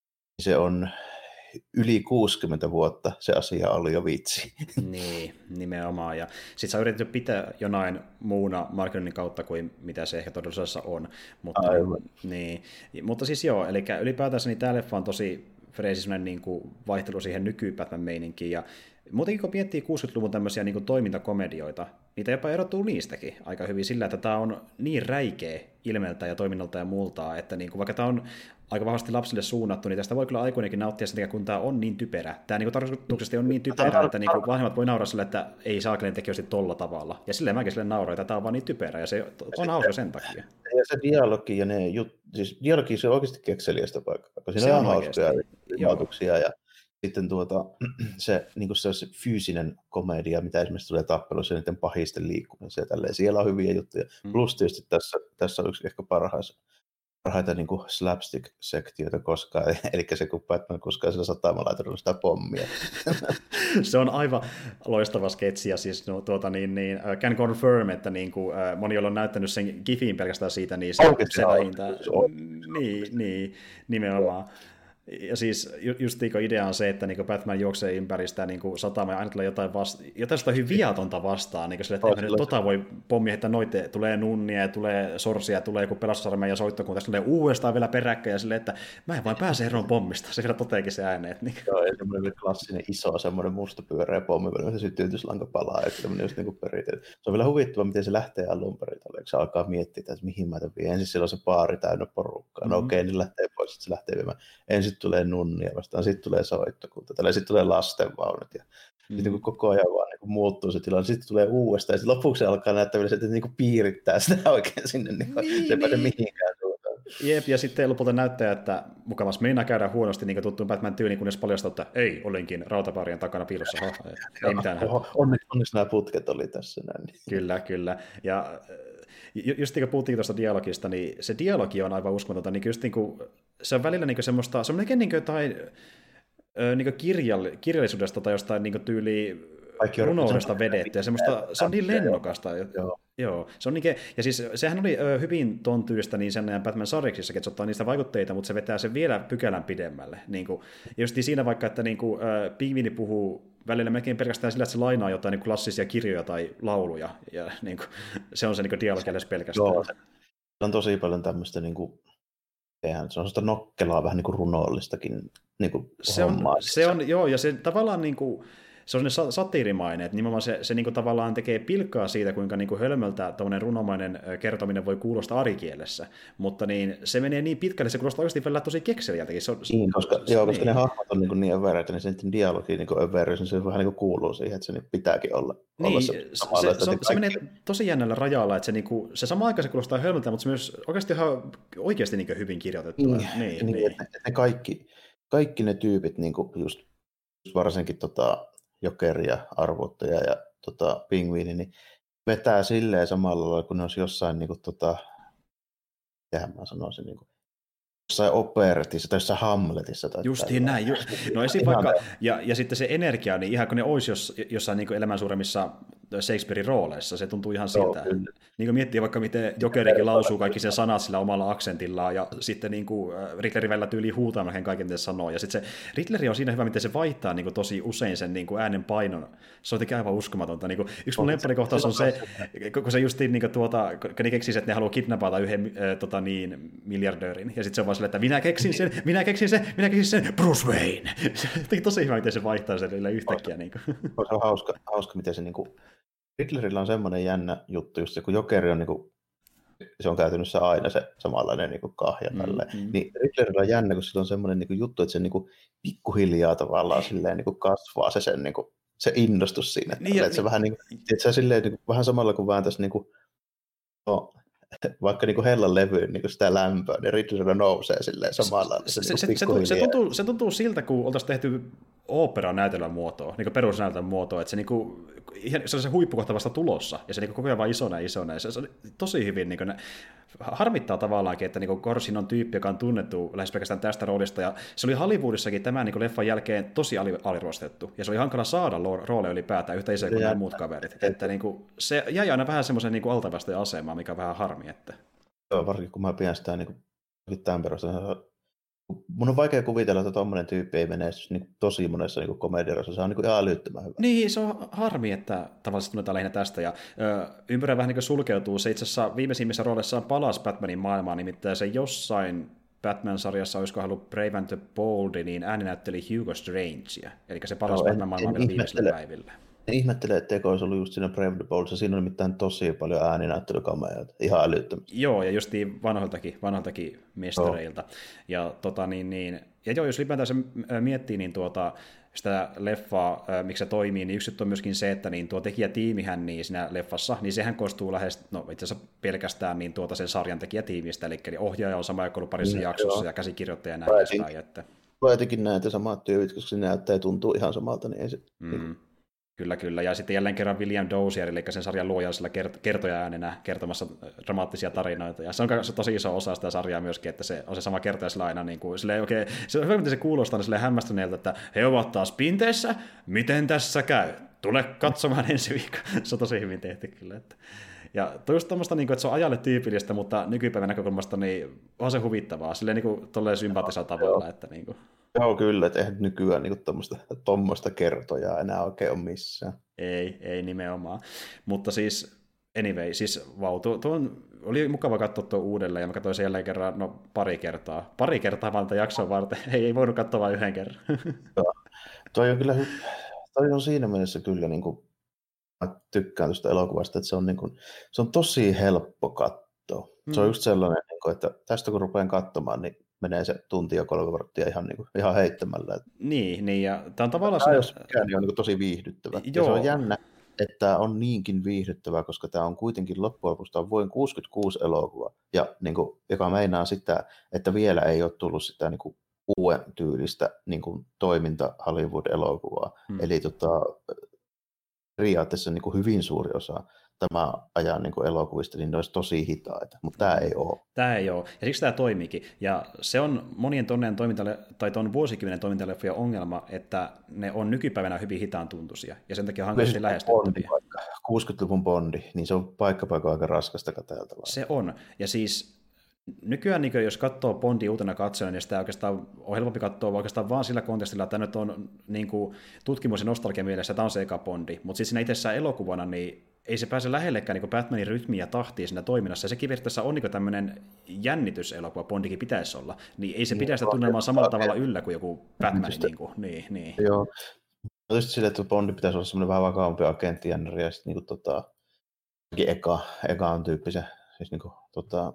se on yli kuusikymmentä vuotta se asia oli jo vitsi. Niin, nimenomaan. Ja sitten sä yritetty pitää jonain muuna markkinoinnin kautta kuin mitä se ehkä todellisuudessa on. Mutta, niin. Mutta siis joo, eli ylipäätänsä niin tämä leffa on tosi freesi niin kuin vaihtelu siihen nyky-Batman-meininkiin. Ja muutenkin kun miettii kuusikymmentäluvun tämmöisiä niin kuin toimintakomedioita, niitä jopa erottuu niistäkin aika hyvin sillä, että tämä on niin räikeä ilmeltä ja toiminnalta ja muulta, että niin kuin, vaikka tämä on aika vahvasti lapsille suunnattu, niin tästä voi kyllä aikuinenkin nauttia sen kun tämä on niin typerä. Tämä niin kuin tarkoituksesti on niin typerä, että niin kuin vanhemmat voi nauraa sille, että ei saakelen tekijöisesti tolla tavalla. Ja silleen mäkin silleen nauroin, että tämä on vaan niin typerä, ja se on hauska sen takia. Ja se dialogi ja ne jut... siis dialogi se on oikeasti kekseliästä paikkaa, koska siinä on, on hauskoja ilmoituksia ja sitten tuota, se, niin se, se fyysinen komedia, mitä esimerkiksi tulee tappeluissa niiden pahisten liikkumisia, tälleen. Siellä on hyviä juttuja. Mm. Plus tietysti tässä, tässä on yksi ehkä parhaassa parhaita niin kuin slapstick-sektioita koskaan, eli se kun Batman kuskaa sillä satamalaiterilla sitä pommia. Se on aivan loistava sketsi, ja siis no, tuota, niin, niin, uh, can confirm, että niin kuin, uh, moni on näyttänyt sen gifin pelkästään siitä, niin se, se vähintään. Niin, niin, nimenomaan. Ja siis ju- just niin idea on se, että niin Batman juoksee ympäri sitä niin satamaa ja aina tulee jotain, vasta- jotain sitä hyvin viatonta vastaan, niin sille, että oh, tota voi pommia, että noite tulee nunnia ja tulee sorsia ja tulee joku pelastusarmeija ja soittokunta, tulee uudestaan vielä peräkkäin ja silleen, että mä en vain pääse eroon pommista, se vielä toteekin se ääneen. Niin. Joo, ja semmoinen klassinen iso semmoinen musta pyöreä pommi, kun se sytytyslanka palaa, ja semmoinen just niin perinteet. Se on vielä huvittava, miten se lähtee alun perin, kun se alkaa miettiä, että mihin mä tämän vien. Ensin siellä on se baari täynnä porukkaa, no mm-hmm. okei, niin lähtee pois, sitten se lähtee viemään. Ensin tulee nunnia vastaan, sitten tulee soittokunta, tällä sitten tulee lastenvaunut, ja mm. sitten kun koko ajan vaan niin muuttuu se tilanne, sitten tulee uudestaan, ja sitten lopuksi se alkaa näyttää vielä, että niin kuin piirittää sitä oikein sinne, niin niin, se ei pääse mihinkään suuntaan. Jep, ja sitten lopulta näyttää, että mukavasti meinaa käydä huonosti, niin kuin tuttuun Batman tyyliin, kunnes paljastaa, että ei, olinkin rautaparien takana piilossa, ha, ei, ei mitään. Onneksi, onneksi nämä putket oli tässä näin. Kyllä, kyllä, ja just niin kuin puhuttiin tuosta dialogista, niin se dialogi on aivan uskomatonta, niin just niin kuin, se on välillä niin kuin semmoista, se on melkein niin kuin jotain niin kuin kirjall, kirjallisuudesta tai jostain niin kuin tyyliin runoudesta vedetty, ja semmoista, se on niin lennokasta. Joo. Joo, se on niin, ja siis sehän oli ö, hyvin ton tyylistä niin sen Batman-sarjiksissakin, että se ottaa niistä vaikutteita, mutta se vetää sen vielä pykälän pidemmälle. Niin kuin, just siinä vaikka, että niin kuin, ö, Pingviini puhuu välillä melkein pelkästään sillä, että se lainaa jotain niin kuin klassisia kirjoja tai lauluja, ja niin kuin, se on se niin dialogi edes pelkästään. Joo, se on tosi paljon tämmöistä, niin kuin, eihän, se on sitä nokkelaa vähän niin kuin runollistakin niin kuin se on, se on, joo, ja se tavallaan niin kuin, se on sellainen satiirimainen, että nimenomaan se, se niinku tavallaan tekee pilkkaa siitä, kuinka niinku hölmöltä tuommoinen runomainen kertominen voi kuulostaa arikielessä, mutta niin, se menee niin pitkälle, se kuulostaa oikeasti välillä tosi kekseliältäkin. Se on, niin, koska, se, joo, koska niin. Ne hahmot on niin, niin övereitä, niin se dialogi niin överyys, niin se vähän niin kuuluu siihen, että se niin pitääkin olla. Niin, olla se, se, se, se, se menee tosi jännällä rajalla, että se, niinku, se sama aika se kuulostaa hölmöltä, mutta se myös oikeasti ihan oikeasti niin hyvin kirjoitettua. Niin, niin, niin. niin. Että ne kaikki, kaikki ne tyypit, niin just varsinkin tota, Jokeri ja Arvuuttaja ja tota, Pingviini, niin vetää silleen samalla lailla, kun ne olisi jossain, niin kuin, tota, mitähän mä sanoisin, niin kuin, jossain operetissa tai jossain Hamletissa. Tai justiin näin. Ju- no esim. Vaikka, ja, ja sitten se energia, niin ihan kun ne olisi jos, jossain niin elämän suuremmissa Shakespearein rooleissa, se tuntuu ihan siltä. Joo, niin kuin miettii vaikka, miten Jokerikin lausuu kaikki sen sanat sillä omalla aksentillaan, ja sitten niin kuin Riddleri välillä tyyliin huutaa melkein kaiken, mitä se sanoo. Ja sitten se Riddleri on siinä hyvä, miten se vaihtaa niin kuin tosi usein sen niin kuin äänen painon. Se on jotenkin aivan uskomatonta. Niin kuin, yksi mun lempparikohtaus on se, kun se justiin niin kuin, tuota, kun ne keksii, että ne haluaa kidnapata yhden äh, tota, niin, miljardöörin, ja sitten se on vaan silleen, että minä keksin sen, minä keksin sen, minä keksin sen, Bruce Wayne. Se on tosi hyvä, miten se vaihtaa sen yhtäkkiä. Niin kuin. Se on hauska, hauska miten se niin kuin Riddlerillä on semmoinen jännä juttu, just se, kun Jokeri on, niin kuin, se on käytännössä aina se samanlainen niin kuin kahja, mm, mm. niin Riddlerillä on jännä, kun sillä on semmoinen niin kuin juttu, että se niin kuin pikkuhiljaa tavallaan silleen, niin kuin kasvaa se, sen, niin kuin, se innostus siinä. Niin, että, että se niin, vähän, niin kuin, että se silleen, niin kuin, vähän samalla kuin vääntäisi niin kuin, no, vaikka niin kuin hellan levyyn niin kuin sitä lämpöä, niin Riddlerillä nousee silleen samalla. Se, se, se, se, se, tuntuu, se tuntuu siltä, kun oltaisiin tehty ooperanäytelmän muotoa, niin perusnäytelmän muotoa, että se, niin kuin, se on se huippukohta vasta tulossa, ja se niin kuin, koko ajan vaan isona ja isona, ja se, se on tosi hyvin, niin kuin, ne, harmittaa tavallaankin, että niin Corsin on tyyppi, joka on tunnettu lähes pelkästään tästä roolista, ja se oli Hollywoodissakin tämän niin kuin leffan jälkeen tosi aliarvostettu, ja se oli hankala saada rooleja ylipäätään yhtä isoja kuin nämä muut kaverit, että niin kuin, se jäi aina vähän semmoisen niin altavasten asemaan, mikä on vähän harmi, että. Joo, varsinkin kun mä pidän sitä niin kuin, tämän perusteella. Mun on vaikea kuvitella, että tommoinen tyyppi ei mene niin tosi monessa niin komediassa. Se on niin ihan älyttömän hyvä. Niin, se on harmi, että tavallisesti tunnetaan lähinnä tästä. Ja ö, ympyrä vähän niin sulkeutuu. Se itse asiassa viimeisimmissä roolissaan palasi Batmanin maailmaan, nimittäin se jossain Batman-sarjassa, olisiko ollut Brave and the Bold, niin ääni näytteli Hugo Strangea. Eli se palasi no, Batman-maailmaan vielä viimeisellä päivillä. Ihmettelen, etteikö olisi ollut just siinä Brave the Bold, siinä on nimittäin tosi paljon ääninäyttelykameoita, ihan älyttömästi. Joo, ja justiin vanhoiltakin, vanhoiltakin mestareilta. Oh. Ja, tota, niin, niin, ja joo, jos ylipäätään se miettii, niin tuota, sitä leffaa, miksi se toimii, niin yksi on myöskin se, että niin tuo tekijätiimihän niin siinä leffassa, niin sehän koostuu lähes, no itse asiassa pelkästään niin tuota sen sarjan tekijätiimistä, eli ohjaaja on sama, joka ollut parissa mm, jaksossa, joo. Ja käsikirjoittaja näin edespäin. Että. Mä jotenkin näet samat tyypit, koska se näyttää ja tuntuu ihan samalta, niin ei se. Mm. Kyllä, kyllä. Ja sitten jälleen kerran William Dozier, eli sen sarjan luoja sillä kert- kertoja-äänenä kertomassa dramaattisia tarinoita. Ja se on tosi iso osa sitä sarjaa myöskin, että se on se sama kertoja sillä aina niin kuin, silleen, oikein, se on hyvä, miten se kuulostaa niin silleen hämmästyneeltä, että he ovat taas pinteessä, miten tässä käy? Tule katsomaan ensi viikolla. Se on tosi hyvin tehty kyllä. Että. Ja toi just tommoista, niin kuin, että se on ajalle tyypillistä, mutta nykypäivän näkökulmasta niin on se huvittavaa, silleen niin kuin tolleen sympaattisella tavalla. Että, niin kuin. Joo, kyllä, että eihän nykyään niin tuommoista kertojaa enää oikein ole missään. Ei, ei nimenomaan. Mutta siis, anyway, siis vau, tuo, tuo on, oli mukava katsoa tuo uudelleen, ja mä katsoin sen jälleen kerran, no pari kertaa. Pari kertaa vaan tätä jakson varten, ei, ei voinut katsoa vain yhden kerran. Joo. Toi on kyllä, toi on siinä mielessä kyllä, niin kuin, mä tykkään tuosta elokuvasta, että se on, niin kuin, se on tosi helppo katsoa. Mm. Se on just sellainen, niin kuin, että tästä kun rupean katsomaan, niin menee se tunti ja kolme varttia ihan, niin kuin, ihan heittämällä. Niin, niin, ja tämä on tavallaan... Tämä jos mikään, niin on niin kuin tosi viihdyttävä. Ja se on jännä, että tämä on niinkin viihdyttävää, koska tämä on kuitenkin loppujen lopuksi vuoden kuusikymmentäkuusi elokuva, ja niin kuin, joka meinaa sitä, että vielä ei ole tullut sitä niin kuin, uuden tyylistä niin kuin, toiminta Hollywood-elokuvaa. Hmm. Eli tota, periaatteessa niin kuin, hyvin suuri osa tämä ajan niin kuin elokuvista, niin ne olisi tosi hitaita, mutta tämä ei ole. Tämä ei ole, ja siksi tämä toimiikin. Ja se on monien tonneen toimintalle, tai tuon vuosikymmenen toimintaleffojen ongelma, että ne on nykypäivänä hyvin hitaan tuntuisia, ja sen takia hankalasti lähestyttäviä. kuusikymmentäluvun Bondi, niin se on paikka paikka aika raskasta katseltavaa. Se on, ja siis nykyään, niin jos katsoo Bondia uutena katsojana, niin sitä oikeastaan on helpompi katsoa oikeastaan vaan sillä kontekstilla, että tämä nyt on niin kuin, tutkimus- ja nostalgia mielessä, tämä on se eka Bondi, mutta sitten siinä itsessään elokuvana, niin ei se pääse lähellekään niin Batmanin rytmiä ja tahtia siinä toiminnassa, ja sekin periaatteessa on niin tämmöinen jännityselokuva, Bondikin pitäisi olla, niin ei se pidä sitä tunnelmaa samalla tavalla yllä kuin joku Batman. Niin, kuin, niin, niin. Joo, tietysti sille, että Bondi pitäisi olla semmoinen vähän vakavampi agenttijännäri, ja sitten niin tota, eka, eka on tyyppisen, siis niin kuin, tota,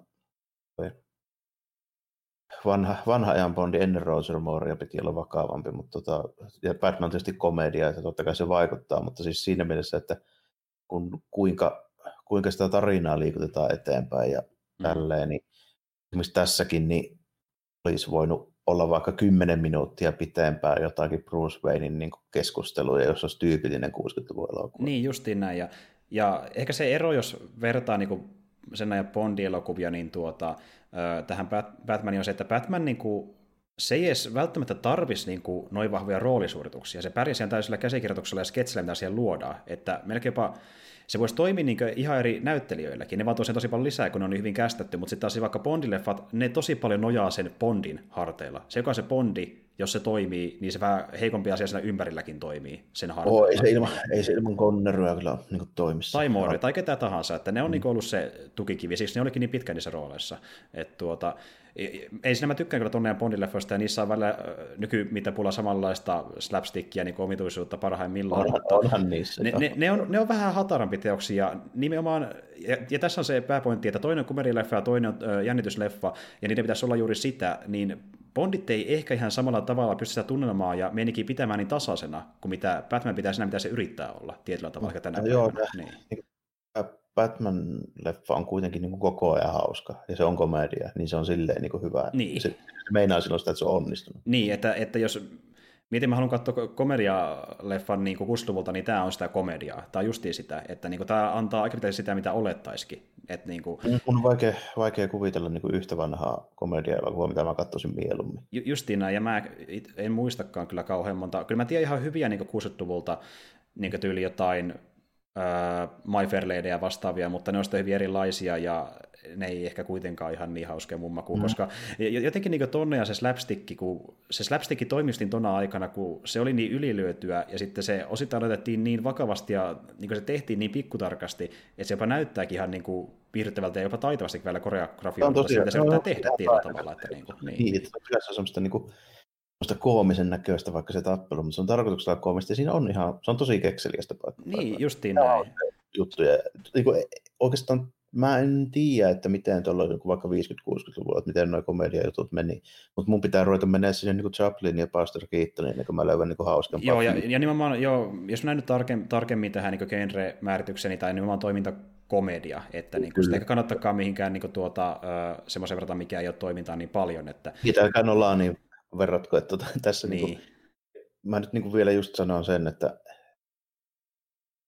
vanha, vanha ajan Bondi ennen Roger Moorea piti olla vakavampi, mutta tota, ja Batman on tietysti komedia, että totta kai se vaikuttaa, mutta siis siinä mielessä, että kun, kuinka, kuinka sitä tarinaa liikutetaan eteenpäin ja mm. tälleen, niin esimerkiksi tässäkin niin olisi voinut olla vaikka kymmenen minuuttia pitempään jotakin Bruce Waynein niin keskusteluja, jos olisi tyypillinen kuusikymmentäluvun elokuva. Niin, justiin näin. Ja, ja ehkä se ero, jos vertaa niin kuin sen ajan Bond-elokuvia niin tuota, tähän Batmaniin on se, että Batman niin kuin, se ei edes välttämättä tarvitsisi niin kuin, noin vahvoja roolisuorituksia. Se pärjää siellä täysillä käsikirjoituksella ja sketsillä, mitä siellä luodaan. Että melkeinpä se voisi toimia niin kuin ihan eri näyttelijöilläkin. Ne vaan tosiaan tosi paljon lisää, kun ne on niin hyvin kästetty, mutta sitten taas vaikka Bondileffat, ne tosi paljon nojaa sen Bondin harteilla. Se, joka se Bondi, jos se toimii, niin se vähän heikompi asia siinä ympärilläkin toimii sen harteilla. Oh, ei, se ilman, ei se ilman Conneryä kyllä niin toimissa. Tai Moore, tai ketä tahansa, että ne on mm. niin ollut se tukikivi, siksi ne olikin niin pitkä niissä rooleissa. Että tuota, ei siinä mä tykkään kyllä tuonne Bondileffoista, ja niissä on välillä nykymitapulla samanlaista slapstickia niin omituisuutta parhaimmillaan. Onhan, mutta onhan niissä. Ne, ne, ne, on, ne on vähän hatarampi teoksia, nimenomaan, ja, ja tässä on se pääpointti, että toinen on komedileffa ja toinen on ö, jännitysleffa, ja niiden pitäisi olla juuri sitä, niin Bondit ei ehkä ihan samalla tavalla pysty sitä tunnelmaa ja meininkin pitämään niin tasaisena, kuin mitä Batman pitää siinä, mitä se yrittää olla tietyllä tavalla no, tänä no, päivänä. Joo, niin. Batman-leffa on kuitenkin niin kuin koko ajan hauska, ja se on komedia, niin se on silleen niin kuin hyvä. Niin. Se meinaa silloin sitä, että se on onnistunut. Niin, että, että jos mietin, mä haluan katsoa komedialeffan niin kuusikymmentäluvulta, niin tämä on sitä komediaa. Tämä on justiin sitä, että niin kuin, tämä antaa aika pitäisi sitä, mitä olettaisikin. Että, niin kuin... Mun on vaikea, vaikea kuvitella niin kuin yhtä vanhaa komediaa, mitä mä katsoisin mieluummin. Ju, justiin näin, ja mä en muistakaan kyllä kauhean monta. Kyllä mä tiedän ihan hyviä niin kuusikymmentäluvulta niin tyyli jotain Uh, My Fair Lady ja vastaavia, mutta ne on sitten hyvin erilaisia ja ne ei ehkä kuitenkaan ihan niin hauskea mun makuun, mm. koska jotenkin niin tonne ja se slapstick, kun se slapstick toimistin tona aikana, kun se oli niin ylilyötyä ja sitten se osittain otettiin niin vakavasti ja niin se tehtiin niin pikkutarkasti, että se jopa näyttääkin ihan niin kuin piirrettävältä ja jopa taitavasti vielä koreografioilta, mutta siitä se pitää tehdä tietyllä tavalla. Että niin, kuin, niin. niin, että se on semmoista niin kuin koomisen näköistä vaikka se tappelu, mutta se on tarkoituksella koomista ja siinä on ihan, se on tosi kekseliästä paikkaa. Niin, justiin näin. Juttuja. Niin kuin, oikeastaan mä en tiedä, että miten tuolla vaikka viisikymmentä-kuusikymmentäluvulla, että miten nuo komediajutut meni, mutta mun pitää ruveta mennä sinne niin kuin Chaplin ja Buster Keatonin, ennen kuin mä löydän niin hauskempaa. Joo, ja, ja nimenomaan, joo, jos mä näen nyt tarkemmin, tarkemmin tähän niin genre-määritykseni tai nimenomaan toimintakomedia, että niin sitä eikä kannattakaan mihinkään niin tuota, semmoisen verran, mikä ei ole toimintaa niin paljon. Että... Mitäkään ollaan niin verratko, että tuota, tässä niin. Niin kuin, mä nyt niin kuin vielä just sanon sen, että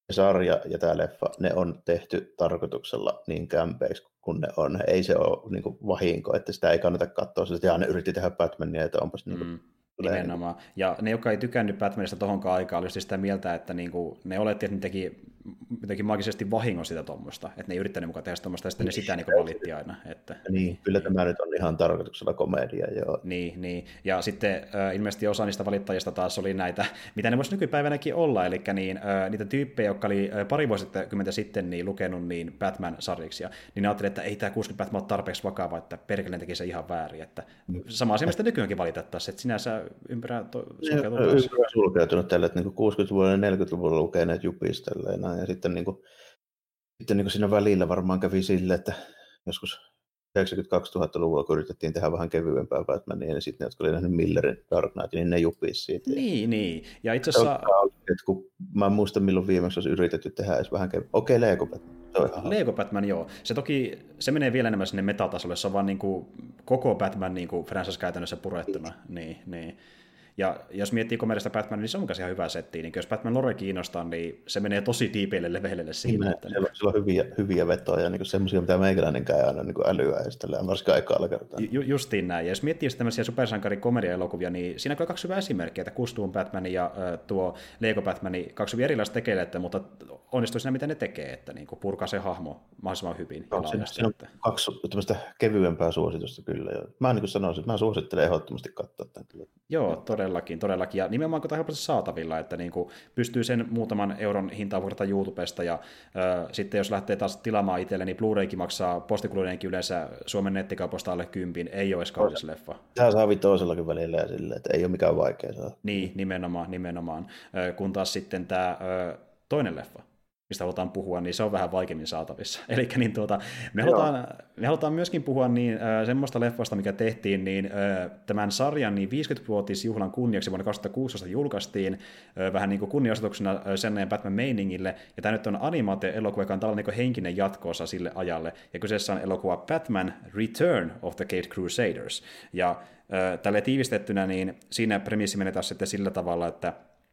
sarja ja tämä leffa, ne on tehty tarkoituksella niin kämpeiksi kun ne on. Ei se ole niin kuin vahinko, että sitä ei kannata katsoa, että jaa, ne yritti tehdä Batmania, että onpas niin kuin, Mm, nimenomaan. Niin ja ne, jotka ei tykännyt Batmanista tohonkaan aikaan, oli sitä mieltä, että niinku, ne oletti, että ne teki jotenkin maagisesti vahingon sitä tuommoista, että ne ei yrittänyt mukaan tehdä tuommoista, ja sitten ne sitä niinku valitti aina. Että, niin, kyllä tämä nyt on ihan tarkoituksella komedia, joo. Niin, niin. Ja sitten äh, ilmeisesti osa niistä valittajista taas oli näitä, mitä ne voisi nykypäivänäkin olla, eli niin, äh, niitä tyyppejä, jotka oli äh, pari vuosikymmentä sitten niin, lukenut niin Batman-sarjiksi, niin ne ajattelivat, että ei tämä kuusikymmentä Batman ole tarpeeksi vakava, että perkeleen teki se ihan väärin. Että sama asia, mistä nykyäänkin valitettaisiin, että sinänsä ympärä to- sulkeutunut. Ympärä sulkeutunut tälle, että niin kuusikymmentäluvulla ja neljäkymmentäluvulla lukeneet jupis tälleen, ja sitten, niin kuin, sitten niin kuin siinä välillä varmaan kävi sille, että joskus yhdeksänkymmentäkaksituhattaluvulla, kun yritettiin tehdä vähän kevyempää Batmania, niin sitten ne, jotka oli nähnyt Millerin Dark Knight, niin ne jupisi siitä. Niin, niin. Ja itse asiassa... Kun mä en muista, milloin viimeksi olisi yritetty tehdä edes vähän kevyempää. Okei, Lego Batman. Lego Batman, joo. Se toki, se menee vielä enemmän sinne metatasolle, se on vaan niin kuin koko Batman niin kuin franchise käytännössä purettuna. Niin, niin. Ja jos miettii komerista Batman, niin se on myös ihan hyvä setti. Niin jos Batman lore kiinnostaa, niin se menee tosi tiipeille leveille siinä. Niin, että... siellä, siellä on hyviä, hyviä vetoja, niin semmoisia, mitä meikäläinenkään ei aina niin älyä esitellä, varsinkin aikaa kertaa. Ju, justiin näin. Ja jos miettii tämmöisiä supersankari-komedia-elokuvia, niin siinä on kaksi hyvää esimerkkiä, että Kustuun Batman ja äh, tuo Lego Batman, kaksi hyvin erilaista tekelettä, mutta onnistuu siinä, mitä ne tekee, että niin kuin purkaa se hahmo mahdollisimman hyvin. No, se, se on kaksi tämmöistä kevyempää suositusta kyllä. Ja mä niin kuin sanoisin, että mä suosittelen ehdottomasti katsoa tämän. Joo, todellakin, todellakin. Ja nimenomaan kun tämä on helposti saatavilla, että niin kuin pystyy sen muutaman euron hintaan vuokrata YouTubesta, ja äh, sitten jos lähtee taas tilaamaan itselle, niin Blu-raykin maksaa postikulujenkin yleensä Suomen nettikaupoista alle kympin, ei ole edes kallis leffa. Tämä saa toisellakin välillä ja silleen, että ei ole mikään vaikea saa. Niin, nimenomaan, nimenomaan. Äh, kun taas sitten tämä äh, toinen leffa, mistä halutaan puhua, niin se on vähän vaikeammin saatavissa. Eli niin tuota, me, halutaan, me halutaan myöskin puhua niin, äh, semmoista leffasta, mikä tehtiin, niin äh, tämän sarjan niin viisikymmenvuotisjuhlan kunniaksi vuonna kaksituhattakuusitoista julkaistiin äh, vähän niin kuin kunniaosoituksena äh, sen Batman meiningille, ja tämä nyt on animaatio-elokuva, joka on tällainen niin henkinen jatkoosa sille ajalle, ja kyseessä on elokuva Batman Return of the Caped Crusaders, ja äh, tälle tiivistettynä, niin siinä premissi menetään sitten sillä tavalla, että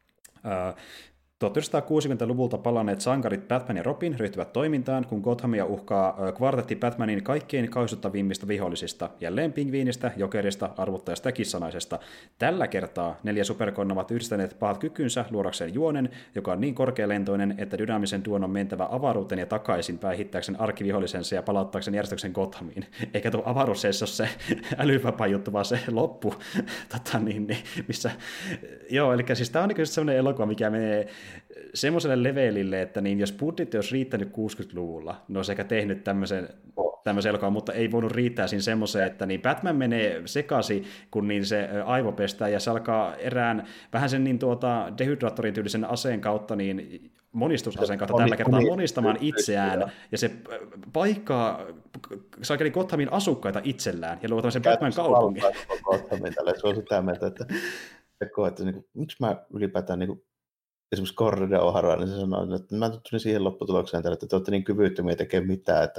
äh, tuhatyhdeksänsataakuusikymmentäluvulta palanneet sankarit Batman ja Robin ryhtyvät toimintaan, kun Gothamia uhkaa kvartetti Batmanin kaikkein kauhistuttavimmista vihollisista, jälleen pingviinistä, jokerista, arvuttajasta ja kissanaisesta. Tällä kertaa neljä superkonna ovat yhdistäneet pahat kykynsä luodakseen juonen, joka on niin korkealentoinen, että dynaamisen duon on mentävä avaruuteen ja takaisin päihittääkseen arkkivihollisensa ja palauttaakseen järjestyksen Gothamiin. Eikä tuo avaruusseissa ole se älyvapaa juttu, vaan se loppu, tota, niin, niin, missä... Joo, eli siis tämä on niin sellainen elokuva, mikä menee semmoiselle levelille, että niin jos budjetti olisi riittänyt kuusikymmentäluvulla, ne olisi ehkä tehnyt tämmöisen, tämmöisen elokuvan, mutta ei voinut riittää siinä semmoiseen, että niin Batman menee sekaisin, kun niin se aivopestää, ja se alkaa erään vähän sen niin tuota dehydraattorin tyylisen aseen kautta, niin monistusaseen kautta tällä kertaa monistamaan itseään, ja se paikkaa saakeli Gothamin asukkaita itsellään, ja luo tämmöisen Batman-kaupungin. Se on sitä mieltä, että, että niin kuin, miksi mä ylipäätään niin kuin esimerkiksi Corrida O'Hara, niin se sanoi, että mä tulin siihen lopputulokseen, että te olette niin kyvyttömiä tekemään mitään, että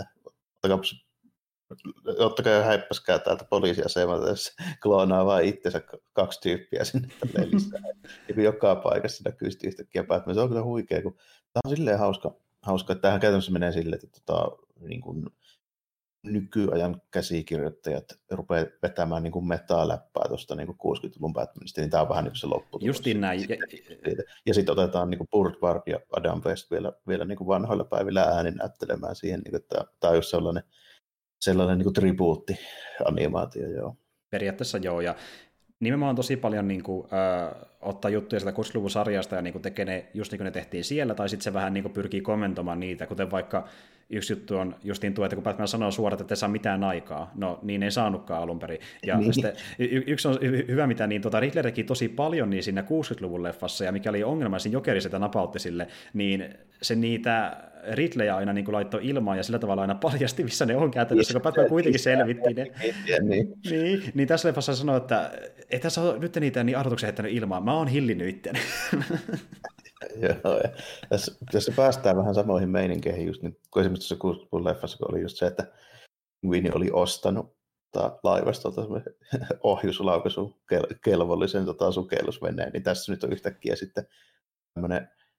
ottakaa ja häippäskää täältä poliisiasemalta, jos kloonaa vaan itsensä kaksi tyyppiä sinne lisää. Ja joka paikassa näkyy sitten yhtäkkiä Batman. Se on kyllä huikea, kun tämä on silleen hauska, hauska että tämähän käytännössä menee silleen, että tota, niin kuin nykyajan käsikirjoittajat rupeaa vetämään niin kuin metaläppää tuosta niin kuin kuusikymmentäluvun Batmanista, niin tämä on vähän niin kuin se lopputulos. Justiin näin. Ja, ja sitten otetaan niin kuin Burt Ward ja Adam West vielä, vielä niin kuin vanhoilla päivillä äänin näyttelemään siihen, niin että tämä on just sellainen, sellainen niin kuin tribuutti-animaatio, joo. Periaatteessa joo, ja nimenomaan tosi paljon niin kuin, äh, ottaa juttuja sieltä kuusikymmentäluvun sarjasta ja niin kuin tekee ne just niin kuin ne tehtiin siellä, tai sitten se vähän niin kuin pyrkii kommentoimaan niitä, kuten vaikka yksi juttu on justiin tuo, että kun Batman sanoo suoraan, että ei saa mitään aikaa, no niin ei saanutkaan alun perin. Ja niin. Sitten y- yksi on hyvä, mitä niin tuota, Riddler teki tosi paljon niin siinä kuusikymmentäluvun leffassa, ja mikä oli ongelma siinä Jokerissa, että napautti sille, niin se niitä Riddleja aina niin kuin laittoi ilmaan ja sillä tavalla aina paljasti, missä ne on käytännössä, kun Batman kuitenkin selvitti ne. Niin, niin, niin tässä leffassa sanoi, että ei tässä ole nyt niitä niin arvotuksia heittänyt ilmaan, mä oon hillinnyt itteni. Joo, ja tässä, tässä päästään vähän samoihin meininkeihin, just niin, kun esimerkiksi tuossa kuusikymmentäluvun leffassa oli just se, että Winnie oli ostanut laivastolta ohjuslaukaisun kelvollisen tota, sukellusveneen, niin tässä nyt on yhtäkkiä sitten tämmöinen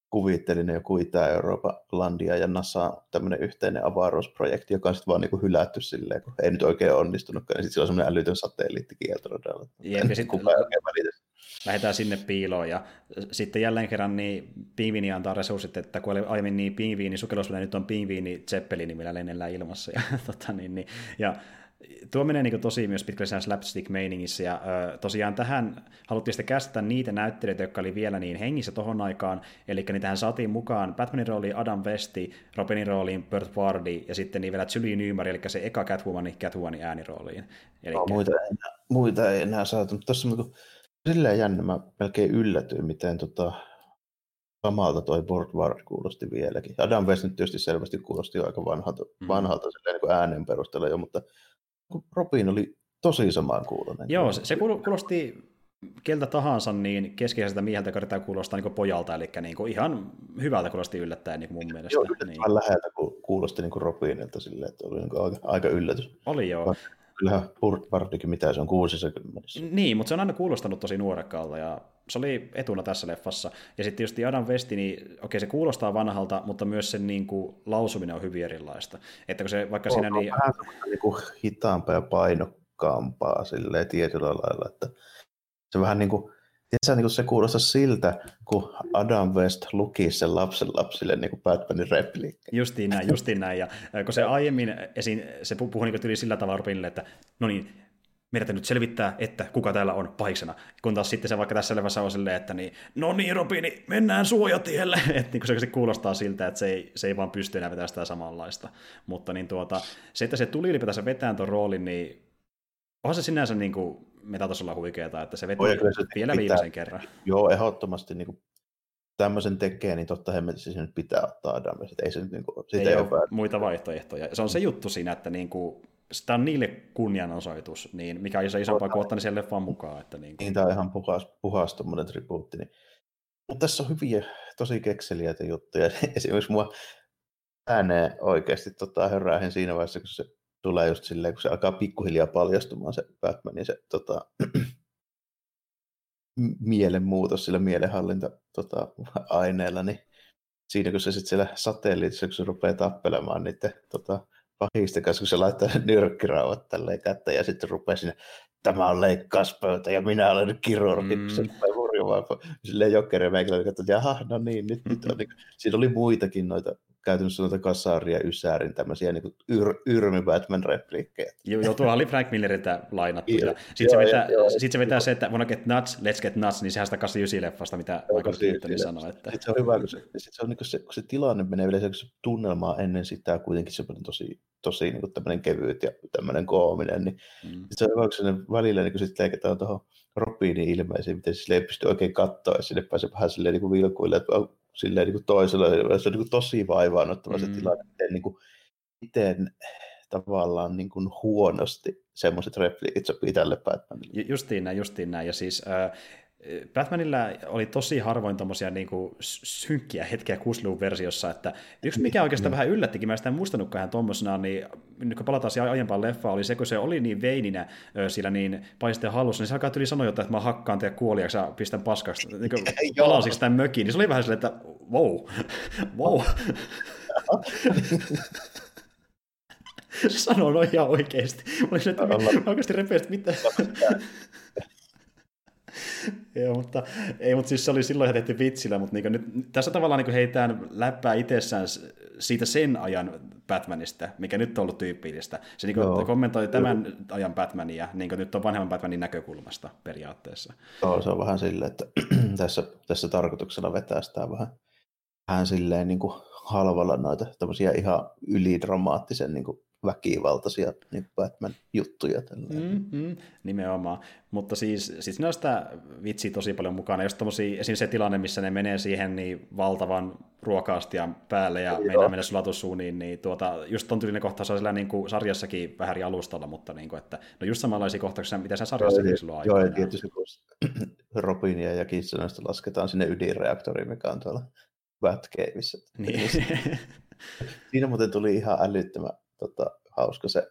kuvittelin joku Itä-Euroopan landia ja NASA tämmöinen yhteinen avaruusprojekti, joka on sitten vaan niin kuin hylätty silleen, kun ei nyt oikein onnistunutkaan, niin sitten sillä on semmoinen älytön satelliitti Kieltoradalla. Jep, ja sitten lähdetään sinne piiloon, ja sitten jälleen kerran niin pingviini antaa resurssit, että kun oli aiemmin niin pingviini sukellusvene, nyt on pingviini Zeppelin, millä lennellään ilmassa, ja, tota, niin, niin, ja tuo menee niin tosi myös pitkälle siinä slapstick-meiningissä, ja ö, tosiaan tähän haluttiin sitten käsittää niitä näyttelijöitä, jotka oli vielä niin hengissä tohon aikaan, eli niitähän saatiin mukaan Batmanin rooliin Adam Westi, Robinin rooliin Burt Wardy, ja sitten niin vielä Julie Newmar, eli se eka Catwomanin Catwomanin äänirooliin. Elikkä... No, muita, ei enää, muita ei enää saatu, mutta tuossa on silleen jännä, mä melkein yllätyin, miten tota, samalta toi Burt Ward kuulosti vieläkin. Adam West nyt tietysti selvästi kuulosti jo aika vanhalta, mm. vanhalta silleen, niin kuin äänen perusteella jo, mutta Robin oli tosi samaan kuulonen. Joo, se, se kuulosti keltä tahansa niin keskeiseltä mieheltä, joka yrittää kuulostaa niin pojalta, eli niin kuin ihan hyvältä kuulosti yllättäen niin mun mielestä. Joo, yllättävän niin. Läheltä kuulosti niin kuin Robinilta silleen, että oli niin kuin aika, aika yllätys. Oli joo. Kyllähän Burt Wardikin mitä se on, kuusikymmentä. Niin, mutta se on aina kuulostanut tosi nuorekkaalta, ja se oli etuna tässä leffassa. Ja sitten just Adam West, niin okei, se kuulostaa vanhalta, mutta myös sen niin kuin, lausuminen on hyvin erilaista. Että kun se vaikka on, siinä on niin... vähän niin kuin hitaampaa ja painokkaampaa silleen tietyllä lailla, että se vähän niin kuin, tiedätkö, niin kuin se kuulostaa siltä, kun Adam West luki sen lapsen lapsille niin kuin Batmanin repliikki. Justiin näin, justiin näin. Ja kun se aiemmin esiin, se puhui niin kuin sillä tavalla Robinille, että no niin, meidän nyt selvittää, että kuka täällä on pahiksena. Kun taas sitten se vaikka tässä levässä on silleen, että niin, no niin Robini, mennään suojatielle. Että niin se, se kuulostaa siltä, että se ei, se ei vaan pysty enää vetämään sitä samanlaista. Mutta niin tuota, se, että se tuli ylipäätänsä vetään tuon roolin, niin onhan se sinänsä niin kuin metatasolla huikeeta, että se veti Oi, se vielä pitää, viimeisen kerran. Joo, ehdottomasti niin kuin tämmöisen tekee, niin totta hemmetissä se nyt pitää ottaa Adam. Ei se nyt niin kuin, ei, ei ole päätä. Muita vaihtoehtoja. Se on se juttu siinä, että niin kuin, sitä on niille kunnianosoitus, niin mikä on se isompaa kuin ottaa sen leffaan mukaan. Että niin, kuin... niin, tämä on ihan puhas, puhas tommoinen tribuutti. Niin. Mutta tässä on hyviä, tosi kekseliäitä juttuja. Esimerkiksi mua ääneen oikeasti tota, hörräihin siinä vaiheessa, kun se tulee just silleen, kun se alkaa pikkuhiljaa paljastumaan se Batman, niin se tota, mielenmuutos sillä mielenhallinta-aineella, niin siinä kun se sitten siellä satelliitissa, kun se rupeaa tappelemaan niiden tota, pahisten kanssa, kun se laittaa nyrkkirauvat tälleen kättä ja sitten rupeaa sinne, tämä on leikkauspöytä ja minä olen kirurgi, mm. se rupeaa hurjumaan silleen jokkereen meikällä, että jaha, no niin, nyt, nyt on. Niin, siinä oli muitakin noita käytännössä noita Kasarin ja Ysäärin tämmöisiä niin yr, yrmi-Batman-repliikkejä. Joo, joo, tuolla oli Frank Milleriltä lainattu. Ja sitten se vetää, sit se, vetää se, että wanna get nuts, let's get nuts, niin sehän sitä kahdeksankymmentäyhdeksän-leffasta, mitä Michael Keaton sanoi. Että... Sitten se on hyvä, kun se, sit se, on, niin kun se, kun se tilanne menee vielä, kun se tunnelma on ennen sitä kuitenkin semmoinen tosi, tosi niin kuin tämmöinen kevyt ja tämmöinen koominen, niin mm. se on hyvä, kun sinne välillä niin sitten leikataan tuohon Robinin ilmeisiin, miten se ei pysty oikein katsoa, ja sinne pääsee vähän silleen niin kuin vilkuille, että silleen niin kuin toisella, se on niin kuin tosi vaivaanottava mm. se tilanne, niin kuin miten tavallaan niin kuin huonosti semmoiset repliikit sopii tälle Batmanille. Justiin näin, justiin näin, ja siis äh, Batmanilla oli tosi harvoin tommosia niin kuin synkkiä hetkiä kuusikymmentäluvun versiossa, että yksi mikä oikeastaan mm. vähän yllättikin, mä sitä en muistanutkaan ihan tommosena, niin nyt kun palataan siihen aiempaan leffaan, oli se, kun se oli niin veininä sillä niin paisteen hallussa, niin se alkaa tuli sanoa jotain, että mä hakkaan teidän kuoliaksi ja pistän paskaksi, niin kuin palasiksi tämän mökiin, niin se oli vähän silleen, että wow, wow. Se sanoo noin ihan oikeasti. Mä olin silleen, että mä oikeasti repeästi mitä. Joo, mutta, ei, mutta siis se oli silloin ihan tehty vitsillä, mutta niin nyt, tässä tavallaan niin heitään läppää itsessään siitä sen ajan Batmanista, mikä nyt on ollut tyypillistä. Se niin no, kommentoi tämän no. ajan Batmania, niin nyt on vanhemman Batmanin näkökulmasta periaatteessa. Joo, se on vähän silleen, että tässä, tässä tarkoituksena vetää sitä vähän, vähän silleen niin kuin halvalla noita tämmöisiä ihan ylidramaattisen niin kuin väkivaltaisia niin Batman-juttuja. Mm-hmm, nimenomaan. Mutta siis, siis ne on sitä vitsiä tosi paljon mukana. Jos tommosia, esimerkiksi se tilanne, missä ne menee siihen niin valtavan ruoka-astian päälle ja mennään mennä sulatussuuniin, niin tuota, just ton tyylinen kohtaus on siellä niin kuin sarjassakin vähän eri alustalla, mutta niin kuin, että no just samanlaisia kohtauksia, mitä sen sarjassakin silloin Joo, ja tietysti kun Robinia ja Kitsonosta lasketaan sinne ydinreaktoriin, mikä on tuolla Batcaveissa. Niin. Siinä muuten tuli ihan älyttömän tota, hauska se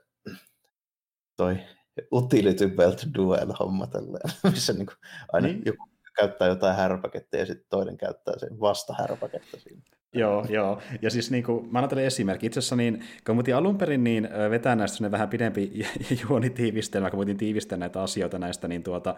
toi Utility Belt Duel-homma tälleen, missä niinku aina niin. joku käyttää jotain härpäkettä ja sitten toinen käyttää sen vastahärpäkettä siinä. Joo, joo. Ja siis niin kuin, mä annan teille esimerkki. Itse asiassa niin, kun mutin alun perin niin vetää näistä vähän pidempi juonitiivistelmä, kun mutin tiivistää näitä asioita näistä, niin tuota,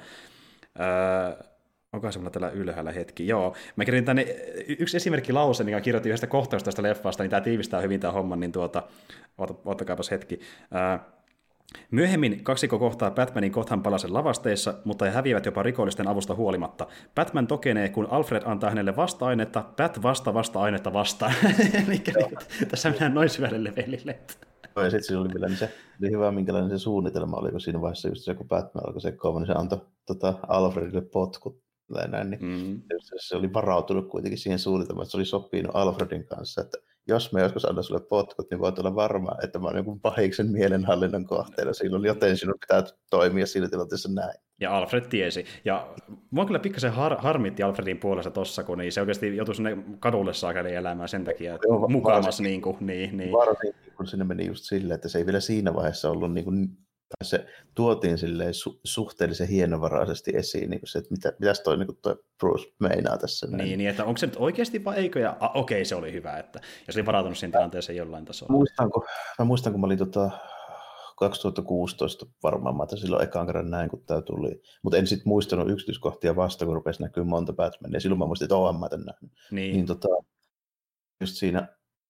öö, onkohan se mulla tällä ylhäällä hetki? Joo. Mä kirjoitin tänne yksi esimerkki lause, mikä kirjoitin yhdestä kohtausta tästä leffasta, niin tämä tiivistää hyvin tämä homman, niin tuota, ottakaapas hetki. Öö, Myöhemmin kaksikko kohtaa Batmanin Gotham Palacen lavasteissa, mutta he häviävät jopa rikollisten avusta huolimatta. Batman tokenee, kun Alfred antaa hänelle vasta-ainetta, Bat vasta vasta-ainetta vastaan. Eli tässä mennään noin syvälle levelille. Ja sitten siinä oli vielä niin se oli hyvä, minkälainen se suunnitelma oli, kun siinä vaiheessa just se, kun Batman alkoi sekoamaan, niin se antoi tota, Alfredille potkut. Tai näin, niin mm. se oli varautunut kuitenkin siihen suunnitelmaan, että se oli sopinut Alfredin kanssa, että jos me joskus annan sulle potkut, niin voit olla varma, että mä oon jonkun pahiksen mielenhallinnan kohteella silloin, joten sinun pitää toimia siinä tilanteessa näin. Ja Alfred tiesi. Ja mua kyllä pikkasen har- harmitti Alfredin puolesta tossa, kun niin se oikeasti joutui sinne kadulle saakeli elämään sen takia, että Joo, mukamas niin kuin, niin, niin. Varsinkin, kun sinne meni just silleen, että se ei vielä siinä vaiheessa ollut niin kuin, se tuotiin silleen su- suhteellisen hienovaraisesti esiin, niin se, että mitä, mitäs toi, niin toi Bruce meinaa tässä. Näin. Niin, niin, että onko se nyt oikeasti vai eikö, ja ah, okei, se oli hyvä, että jos oli varautunut siihen tilanteeseen jollain tasolla. Muistan, kun, mä muistan, kun mä olin tota, kaksituhattakuusitoista varmaan, mä silloin ekaan kerran näin, kun tää tuli, mutta en sitten muistanut yksityiskohtia vasta, kun rupesi näkyy monta Batmania, ja silloin mä muistin, että oon mä tän nähnyt. Niin. Niin tota, just siinä,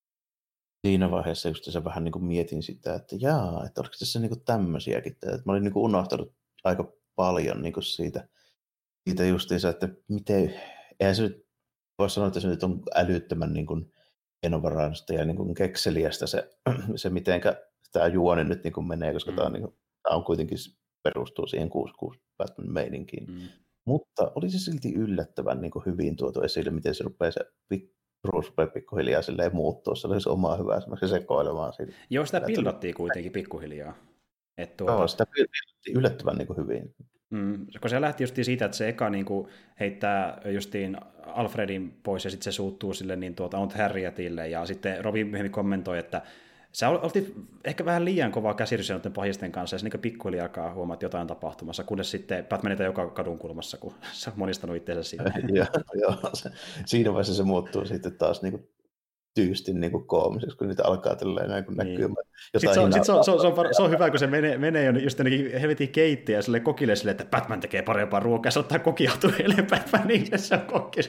siinä vaiheessa just se vähän niin kuin mietin sitä, että jaa, että oliko tässä niin kuin tämmöisiäkin, että mä olin niin kuin unohtanut aika paljon niin kuin siitä, siitä justiinsa, että miten, eihän se nyt voi sanoa, että se nyt on älyttömän niin kuin hienovaraista ja niin kuin kekseliästä se, se mitenkä tämä juoni nyt niin kuin menee, koska mm. tämä, on, niin kuin, tämä on kuitenkin perustuu siihen kuusikymmentäkuusi Batman-meininkiin. Mm. Mutta oli se silti yllättävän niin kuin hyvin tuotu esille, miten se rupeaa se Bruce rupeaa pikkuhiljaa silleen muuttua, se olisi omaa hyvää semmoisen sekoilemaan siitä. Joo, sitä pildattiin kuitenkin pikkuhiljaa. Tuota... Joo, sitä pildattiin yllättävän niin kuin hyvin. Mm, kun se lähti justiin siitä, että se eka niin kuin heittää justiin Alfredin pois ja sitten se suuttuu sille niin tuota Aunt Harrietille ja sitten Robin myöhemmin kommentoi, että sä oltiin ehkä vähän liian kovaa käsitys noiden pahisten kanssa ja se niin pikkuhiljaa alkaa huomaa, että jotain on tapahtumassa, kunnes sitten Batmanita joka kadun kulmassa, kun se on monistanut itseänsä siinä. Joo, joo se, siinä vaiheessa se muuttuu sitten taas niin kuin tyystin niin kuin koomiseksi, kun niitä alkaa tälleen näin, kun näkyy. Niin. Sitten se on, sit se, on, se, on, se, on, se on hyvä, kun se menee, menee jo just ainakin helvetin keittiä ja sille kokille silleen, että Batman tekee parempaa ruokaa, ja se ottaa kokiautueelle Batmanin, ja se on kokki.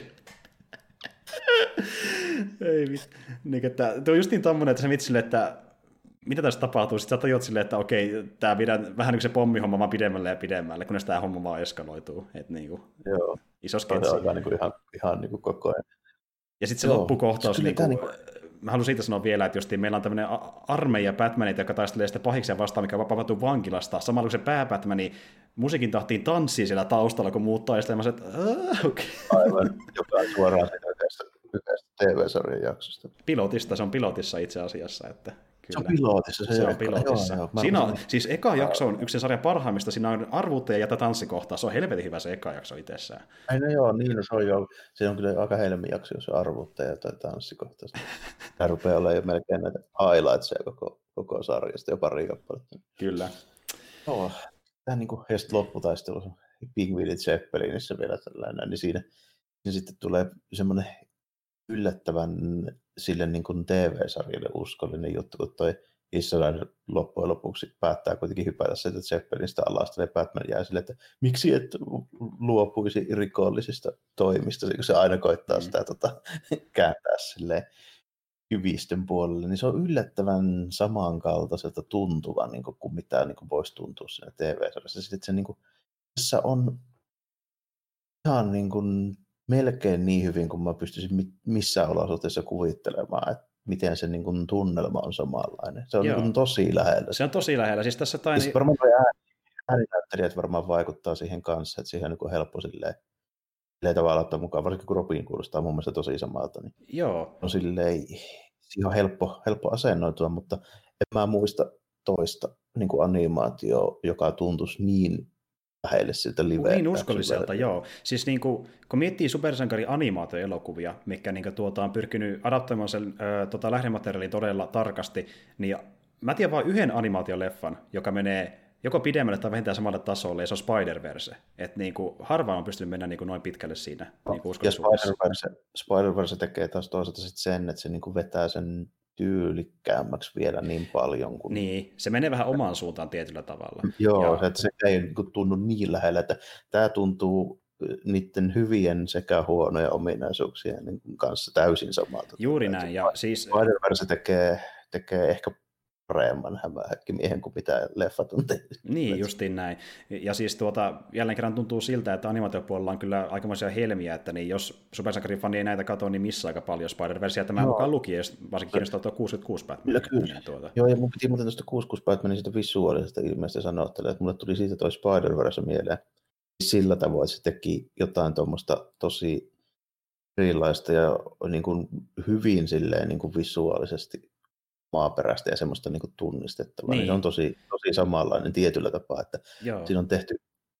Ei mit. Niin, että, tuo on just niin tommoinen, että se mietit silleen, että mitä tässä tapahtuu, sitten sä tajut silleen, että okei, tämä viedään vähän niin kuin se pommihomma vaan pidemmälle ja pidemmälle, kunnes tämä homma vaan eskaloituu. Että niin kuin, joo. Iso sketsi. Se on niin kuin ihan, ihan niin kuin koko ajan. Ja sitten se Joo. loppukohtaus, niin kuin, niin kuin... mä haluan siitä sanoa vielä, että justiin meillä on tämmöinen armeija Batmanit, joka taistelee sitä pahiksia vastaan, mikä vapautuu vankilasta. Samalla kun se pää-Batmani musiikin tahtiin tanssii siellä taustalla, kun muut taistelemaan, että okei. Okay. Aivan, joka on suoraan sitä yhdestä T V-sarjan jaksosta. Pilotista, se on pilotissa itse asiassa, että kyllä. Se on pilotissa. Se, se on pilotissa. Joo, joo. Siinä on, siis eka jakso on yksi sarjan parhaimmista, siinä on arvuuttaja ja tanssikohtaa. Se on helvetin hyvä se eka jakso itsessään. Ai no joo, niin no, se on jo. Se on kyllä aika helmi jakso, jos on arvuuttaja tai tanssikohtaa. Tämä rupeaa olemaan jo melkein näitä highlightsia koko, koko sarjasta, jo pari kappaletta. Kyllä. Joo, tämä niin kuin heistä lopputaistelussa Pingviinit Zeppelinissä vielä tällainen, niin siinä niin sitten tulee semmoinen yllättävän sille niin kuin T V-sarjalle uskollinen juttu, kun toi Israel loppujen lopuksi päättää kuitenkin hypätä sieltä Zeppelinistä alas, ja Batman jää sille, että miksi et luopuisi rikollisista toimista, kun se aina koittaa sitä mm. tota, kääntää silleen hyvistön puolelle, niin se on yllättävän samankaltaiselta tuntuva, niin kuin, kuin mitä niin kuin voisi tuntua siinä T V-sarjassa. Sitten se niin kuin, tässä on ihan niin kuin melkein niin hyvin, kuin mä pystyisin missään olosuhteessa kuvittelemaan, että miten se niin kuin tunnelma on samanlainen. Se on niin kuin tosi lähellä. Se on tosi lähellä. Siis tässä taini... siis varmaan ääninäyttelijät varmaan vaikuttaa siihen kanssa, että siihen on niin helppo silleen, silleen tavalla ottaa mukaan, varsinkin kun Robin kuulostaa mun mielestä tosi samalta. Niin Joo. No silleen, siihen on helppo, helppo asennoitua, mutta en mä muista toista niin kuin animaatio, joka tuntuisi niin lähelle siltä liveä. Niin uskolliselta, joo. Siis niin kuin, kun miettii supersankari animaatioelokuvia, mikä niin kuin, tuota, on pyrkinyt adaptoimaan sen ö, tota, lähdemateriaalin todella tarkasti, niin mä tiedän vain yhden animaatioleffan, joka menee joko pidemmälle tai vähintään samalle tasolle, ja se on Spider-Verse. Että niin kuin, harvaan on pystynyt mennä niin kuin noin pitkälle siinä no, niin kuin ja uskollisuudessa. Spider-Verse, Spider-Verse tekee taas toisaalta sit sen, että se niin kuin vetää sen tyylikkäämmäksi vielä niin paljon. Kuin... Niin, se menee vähän omaan suuntaan tietyllä tavalla. Joo, ja... että se ei niin kuin tunnu niin lähellä, että tämä tuntuu niiden hyvien sekä huonoja ominaisuuksien niin kanssa täysin samalta. Juuri näin. Ja siis... Spider-Verse tekee, tekee ehkä paremman hämähäkkimiehen kuin mitä leffat on tehnyt. Niin, justiin näin. Ja siis tuota, jälleen kerran tuntuu siltä, että animaatiopuolella on kyllä aikamoisia helmiä, että niin jos supersankarifani ei näitä katso, niin missä aika paljon Spider-Verseä tämä no. mukaan lukien, jos varsinkin kiinnostaa tuo kuusikymmentäkuusi Batman. Kyllä, tuota. Joo, ja mun piti muuten tuosta kuusikymmentäkuusi Batmanin siitä visuaalisesta ilmeisesti sanoa, että mulle tuli siitä toi Spider-Verse mieleen sillä tavoin, että se teki jotain tuommoista tosi erilaista ja niin kuin hyvin silleen niin kuin visuaalisesti maaperäistä ja semmoista niin kuin tunnistettavaa. Niin. Niin se on tosi, tosi samanlainen tietyllä tapaa, että Joo. siinä on tehty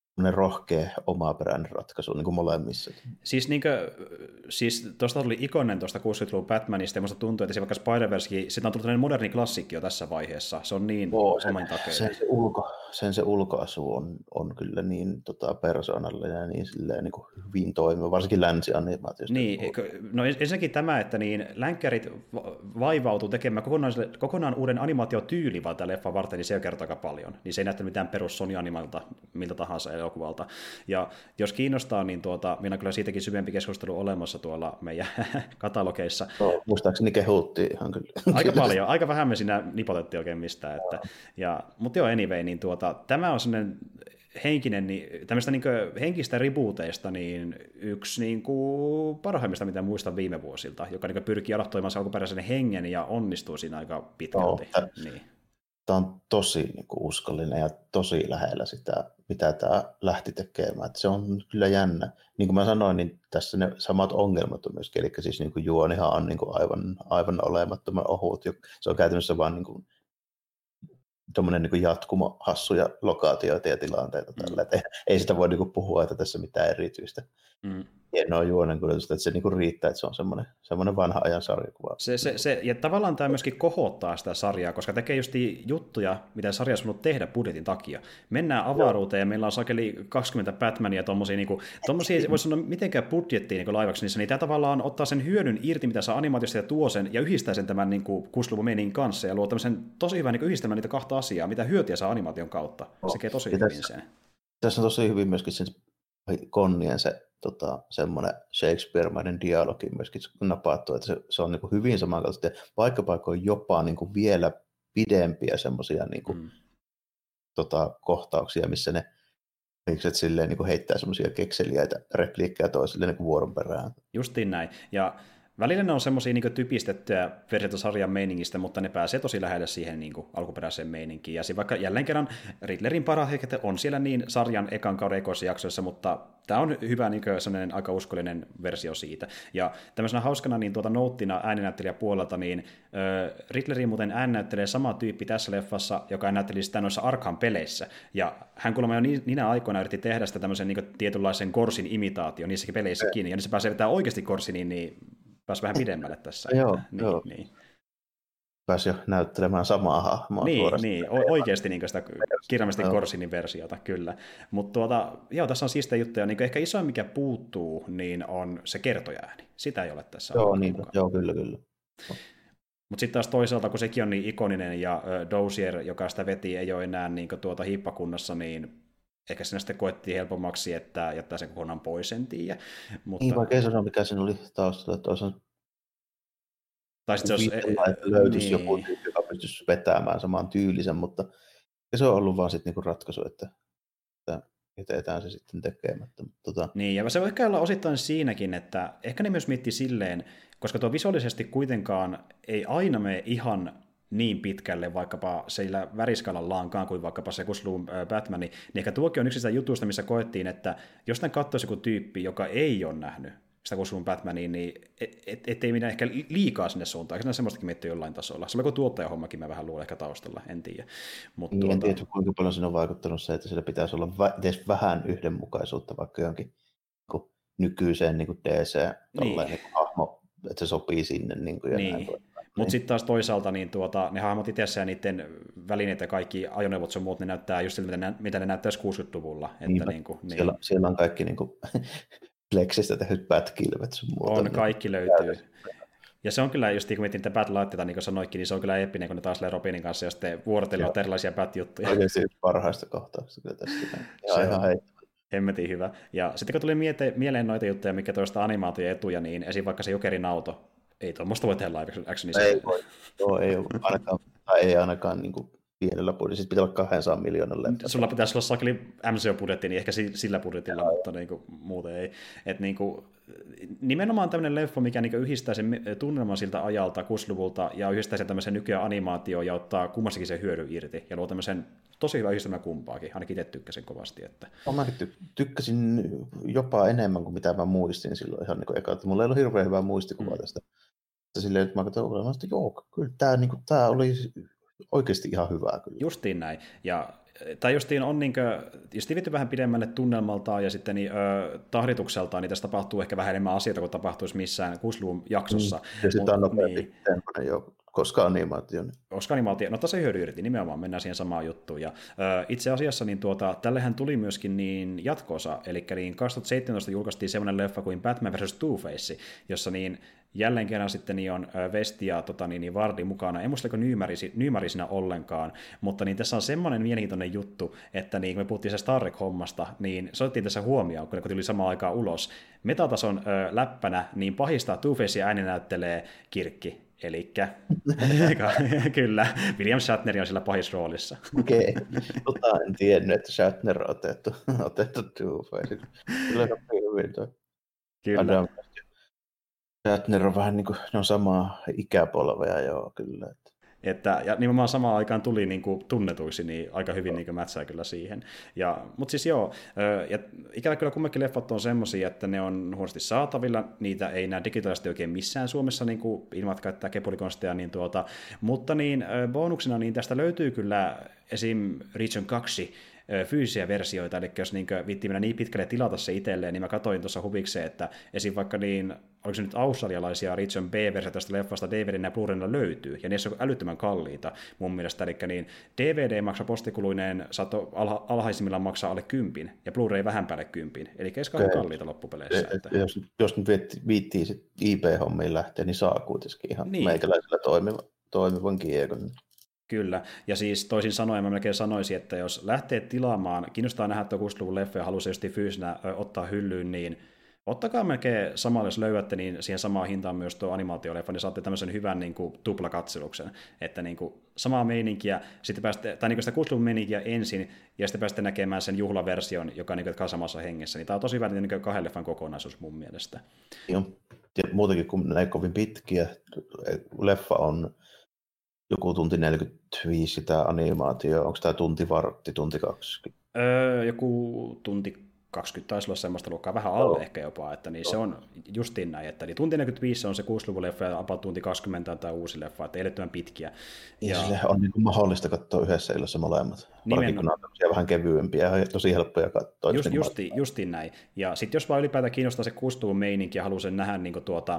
rohkea omaperäinen ratkaisu niin kuin molemmissa. Siis, niin kuin, siis tuosta tuli ikonen tuosta kuusikymmentäluvun Batmanista, ja musta tuntuu, että se vaikka Spider-Versekin, siitä on tullut moderni klassikki jo tässä vaiheessa. Se on niin Oo, samoin takeinen. Sen se, ulko, sen se ulkoasu on, on kyllä niin tota, persoonallinen ja niin, silleen, niin kuin hyvin toimiva, varsinkin länsianimaatiosta. Niin, no ensinnäkin tämä, että niin länkkärit vaivautuu tekemään kokonaan, kokonaan uuden animaatiotyyli vaan tämän leffan varten, niin se ei kerta aika paljon. Niin se ei näyttänyt mitään perus Sony-animalta, miltä tahansa elokuvalta. Ja jos kiinnostaa, niin tuota, meillä on kyllä siitäkin syvempi keskustelu olemassa tuolla meidän katalogeissa. No, muistaakseni kehuttiin ihan kyllä. Aika paljon, aika vähän me siinä nipotettiin oikein mistään. Että, ja, mutta joo, anyway, niin tuota, tämä on sellainen henkinen, niin, tämmöistä niin henkistä rebooteista niin yksi niin kuin parhaimmista, mitä muistan viime vuosilta, joka niin pyrkii adaptoimaan sen alkuperäisen hengen ja onnistuu siinä aika pitkälti. No, niin. Tämä on tosi niin kuin uskollinen ja tosi lähellä sitä, mitä tämä lähti tekemään. Että se on kyllä jännä. Niin kuin mä sanoin, niin tässä ne samat ongelmat on myöskin. Eli siis niin kuin juonihan on niin kuin aivan, aivan olemattoman ohut. Se on käytännössä vaan niin kuin tuommoinen niin kuin jatkumo hassuja lokaatioita ja tilanteita. Mm. Tällä. Ei, ei sitä voi niin kuin puhua, että tässä mitään erityistä. Mm. Hienoa juonenkuljetusta, että se niinku riittää, että se on semmoinen, semmoinen vanha ajan sarjakuva. Se, se, se, ja tavallaan tämä myöskin kohottaa sitä sarjaa, koska tekee just juttuja, mitä sarja on voinut tehdä budjetin takia. Mennään avaruuteen ja meillä on sakeli kaksikymmentä Batmania ja tommosia, niinku, tommosia voisi sanoa mitenkään budjettiin niinku laivaksi niissä, niin tämä tavallaan ottaa sen hyödyn irti, mitä saa animaatiosta ja tuo sen, ja yhdistää sen tämän niinku kuusikymmentäluvun meinin kanssa, ja luo tämmöisen tosi hyvän niinku yhdistämään niitä kahta asiaa, mitä hyötyä saa animaation kautta. Se tekee tosi ja hyvin tässä, sen. Tässä on tosi hyvin myöskin sen Konnien se tota, semmoinen Shakespeare-mainen dialogi myöskin napattu, että se, se on niin kuin hyvin samankaltaista. Paikka paikoin jopa niin kuin vielä pidempiä semmoisia niin kuin, mm. tota, kohtauksia, missä ne ihmiset silleen niin kuin heittää semmoisia kekseliäitä repliikkejä toisille niin kuin vuoron perään. Justiin näin. Ja välillä ne on semmoisia niin typistettyjä versioita sarjan meiningistä, mutta ne pääsee tosi lähelle siihen niin kuin alkuperäiseen meininkiin. Ja vaikka jälleen kerran Riddlerin parhaat on siellä niin sarjan ekan kauden ekoissa jaksoissa, mutta tämä on hyvä niin sellainen aika uskollinen versio siitä. Ja tämmöisenä hauskana niin tuota nouttina ääninäyttelijä puolelta, niin äh, Riddlerin muuten ääninäyttelee sama tyyppi tässä leffassa, joka näytteli sitä noissa Arkham-peleissä. Ja hän kuulemma jo niinä aikoina yritti tehdä sitä tämmöisen niin tietynlaisen Korsin imitaation niissäkin peleissä kiinni, ja niin se pääsee vetämään oikeasti Korsiniin, niin pääsi vähän pidemmälle tässä. Joo, niin, joo. Niin. Pääsi jo näyttelemään samaa hahmoa. Niin, niin o- oikeasti niin sitä kirjaimellisesti Korsinin versiota, kyllä. Mutta tuota, joo, tässä on siistejä juttuja. Niin ehkä isoin, mikä puuttuu, niin on se kertojaääni. Sitä ei ole tässä. Joo, niin, joo kyllä, kyllä. Mutta sitten taas toisaalta, kun sekin on niin ikoninen, ja äh, Dozier, joka sitä veti, ei ole enää niin tuota hiippakunnassa, niin ehkä sinä sitten koettiin helpommaksi, että jättää sen kokonaan pois, en tiedä. Mutta... Niin, vaikka ei sanoa, mikä siinä oli taustalla, että olisi tai sitten se olisi... löytyisi niin. Joku tyyppi, joka pystyisi vetämään saman tyylisen, mutta se on ollut vaan sitten niinku ratkaisu, että, että jätetään se sitten tekemättä. Tota... Niin, ja se voi ehkä olla osittain siinäkin, että ehkä ne myös miettii silleen, koska tuo visuaalisesti kuitenkaan ei aina mene ihan niin pitkälle vaikkapa sillä väriskalallankaan kuin vaikkapa se kuusikymmentäluvun Batman, niin ehkä tuokin on yksi sitä jutusta, missä koettiin, että jos tämän katsoisi joku tyyppi, joka ei ole nähnyt sitä kuusikymmentäluvun Batmania, niin et, et, ettei minä ehkä liikaa sinne suuntaan. Eikö semmoistakin miettiä jollain tasolla? Se on joku tuottajahommakin, mä vähän luulen ehkä taustalla, en tiedä. Mut niin, tuota... En tiedä, kuinka paljon siinä on vaikuttanut se, että sillä pitäisi olla vä- edes vähän yhdenmukaisuutta vaikka johonkin niin nykyiseen niin D C-hahmo, niin. Niin että se sopii sinne. Niin kuin, ja niin. Mutta sitten taas toisaalta niin tuota, ne hahmot itsessään ja niiden välineet ja kaikki ajoneuvot sun muut, ne näyttää just siltä, mitä ne, mitä ne näyttäisi kuusikymmentäluvulla. Että niin kuin, niin. Siellä, siellä on kaikki niin kuin, Plexistä tehdyt pätkilvet sun muuta. On, kaikki löytyy. Ja se on kyllä, just kun mietin niitä bat-laitteita, niin kuin sanoitkin, niin se on kyllä eeppinen, kun ne taas Robinin kanssa ja sitten vuorotelivat erilaisia bat-juttuja. Oikeasti yksi parhaista kohtauksista kyllä tässä. Ja se ihan heittävä. Hemmetin hyvä. Ja sitten kun tuli miete, mieleen noita juttuja, mikä toista animaatioetuja, niin esim. Vaikka se Jokerin auto, ei tuommoista voi tehdä live actionissa. Ei voi, Joo, ei, ainakaan, tai ei ainakaan niin kuin pienellä budjetilla, siis pitää olla kaksisataa miljoonan leffa. Sulla pitäisi olla sakeli M C O-budjetti, niin ehkä sillä budjetilla, Jaa, mutta niin kuin, muuten ei. Et niin kuin, nimenomaan tämmöinen leffa, mikä niin yhdistää sen tunnelman siltä ajalta, kuusikymmentäluvulta, ja yhdistää sen tämmöisen nykyään animaatioon ja ottaa kummastakin sen hyödyn irti, ja luo tämmöisen tosi hyvä yhdistelmä kumpaakin, ainakin itse tykkäsin kovasti. Että... No, mäkin ty- tykkäsin jopa enemmän kuin mitä mä muistin silloin ihan niin kuin eka, että mulla ei ollut hirveän hyvää muistikuvaa mm. tästä. Silleen, että mä katsoin, että joo, kyllä tämä, niin kuin, tämä oli oikeasti ihan hyvää. Kyllä. Justiin näin, ja tai justiin on niin kuin, jos tivitty vähän pidemmälle tunnelmaltaan ja sitten niin, ö, tahditukseltaan, niin tässä tapahtuu ehkä vähän enemmän asioita kuin tapahtuisi missään kuusikymmentäluvun jaksossa. Mm. Ja sitten on nopeasti niin, jo, koska animaatio. Koska animaatio, no tässä ei hyödy irti, nimenomaan mennään siihen samaan juttuun. Ja, ö, itse asiassa niin tuota, tällehän tuli myöskin niin jatkoosa, eli niin kaksituhattaseitsemäntoista julkaistiin semmoinen leffa kuin Batman versus. Two-Face, jossa niin jälleen kerran sitten niin on Vesti ja tota, niin, niin Vardi mukana. En muista, oliko Nymari siinä ollenkaan, mutta niin tässä on semmoinen mielenkiintoinen juttu, että niin, kun me puhuttiin se Star Trek-hommasta, niin se otettiin tässä huomioon, kun ne tuli samaan aikaan ulos. Metatason ö, läppänä, niin pahista Two-Facea ääni näyttelee Kirkki. Elikkä, kyllä, William Shatner on sillä pahisroolissa. Okei, okay. Tota en tiennyt, että Shatner on otettu, otettu Two-Face. Kyllä se on hyvin toi. Kyllä. Adam. Shatner on vähän niin kuin, ne on samaa ikäpolvea, joo, kyllä. Että, ja nimenomaan samaan aikaan tuli niin kuin, tunnetuiksi, niin aika hyvin niin kuin, mätsää kyllä siihen. Ja, mutta siis joo, ja ikävä kyllä kummatkin leffat on semmoisia, että ne on huonosti saatavilla, niitä ei näe digitaalisesti oikein missään Suomessa, niin kuin ilman käyttää kepulikonsteja, niin tuota, mutta niin bonuksena niin tästä löytyy kyllä esim. Region kaksi fyysisiä versioita, eli jos niin viittiin mennä niin pitkälle tilata se itselleen, niin mä katsoin tuossa huvikseen, että esim. Vaikka niin, oliko se nyt australialaisia Region B-versioita tästä leffasta D V D ja Blu-raylla löytyy, ja niissä on älyttömän kalliita mun mielestä, eli niin D V D maksaa postikuluineen, saattoi alha, alhaisimmillaan maksaa alle kympin, ja Blu-ray vähän päälle kympin, eli ei ole kalliita loppupeleissä. Et, että... Jos, jos nyt viittii sit I P-hommiin lähteä, niin saa kuitenkin ihan niin. Meikäläisellä toimivan, toimivan kiekon. Kyllä, ja siis toisin sanoen mä melkein sanoisin, että jos lähtee tilaamaan, kiinnostaa nähdä tuo kuusikymmentäluvun leffa ja haluaa just fyysinä ottaa hyllyyn, niin ottakaa melkein samalla, jos löydätte, niin siihen samaan hintaan myös tuo animaatioleffa, niin saatte tämmöisen hyvän niin kuin, tuplakatseluksen, että niin kuin, samaa meininkiä, sitten pääsette, tai niin kuin sitä kuusikymmentäluvun meininkiä ensin, ja sitten pääsette näkemään sen juhlaversion, joka niin kuin, samassa hengessä, niin tämä on tosi hyvä niin kuin, kahden leffan kokonaisuus mun mielestä. Joo, ja muutenkin kun ne ei kovin pitkiä, leffa on joku tunti neljäkymmentäviisi tämä animaatio, onko tämä tunti vartti, tunti kaksikymmentä? Öö, joku tunti kaksikymmentä taisi olla semmoista luokkaa, vähän alle oh. ehkä jopa, että niin oh. se on justiin näin, että niin tunti neljäkymmentäviisi on se kuusikymmentäluvun leffa ja about tunti kaksikymmentä on tämä uusi leffa, että elettömän pitkiä. Ja, ja sille on niin kuin mahdollista katsoa yhdessä illassa molemmat, varsinkin kun on vähän kevyempiä ja tosi helppoja katsoa. Just, niin justi, justiin näin, ja sitten jos vaan ylipäätään kiinnostaa se kuusikymmentäluvun meininki ja haluaa sen nähdä niin kuin tuota,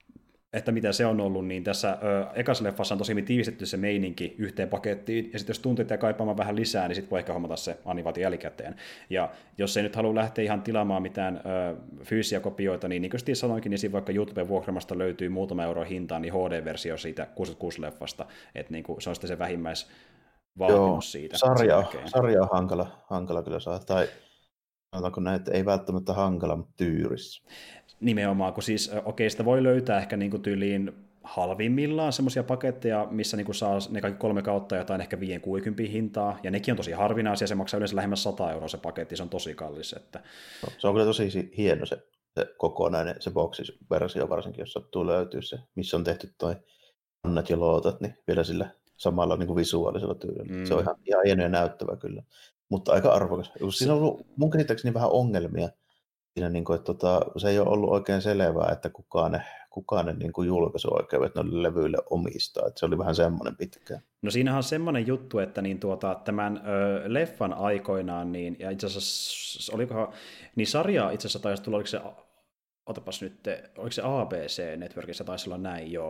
että mitä se on ollut, niin tässä ö, ekassa leffassa on tosi tiivistetty se meininki yhteen pakettiin, ja sitten jos tuntuu, että kaipaamaan vähän lisää, niin sitten voi ehkä hommata se animaatio jälkikäteen. Ja jos ei nyt halua lähteä ihan tilaamaan mitään ö, fyysisiä kopioita, niin niin kuin sanoinkin, niin vaikka YouTuben vuokramasta löytyy muutama euro hintaan, niin H D-versio siitä kuusikymmentäkuusi-leffasta, että niin kuin se on sitten se vähimmäisvaatimus siitä. Sarja, sarja on hankala, hankala kyllä saada, tai sanotaanko näin, että ei välttämättä hankala, mutta tyyrissä. Nimenomaan, kun siis okei, sitä voi löytää ehkä niin kuin tyyliin halvimmillaan semmoisia paketteja, missä niin kuin saa ne kaikki kolme kautta jotain ehkä viisi kuusikymmentä hintaa, ja nekin on tosi harvinaisia, se maksaa yleensä lähemmäs sata euroa se paketti, se on tosi kallis. Että... No, se on kyllä tosi hieno se, se kokonainen, se boxis-versio varsinkin, jos sattuu löytyy se, missä on tehty toi annat ja lootat, niin vielä sillä samalla niin kuin visuaalisella tyylillä. Mm. Se on ihan, ihan hieno ja näyttävä kyllä, mutta aika arvokas. Siinä on ollut mun käsittääkseni vähän ongelmia, siinä, niin kuin, että tota, se ei ole ollut oikein selvää, että kukaan ne, kukaan ne niin kuin julkaisuoikeudet noille levyille omistaa. Että se oli vähän semmoinen pitkään. No siinähän on semmoinen juttu, että niin tuota, tämän ö, leffan aikoinaan, niin, ja itse asiassa, olikohan, niin sarja itse asiassa taisi tulla, oliko se, otapas nyt, oliko se A B C Networkissa taisi olla näin, joo.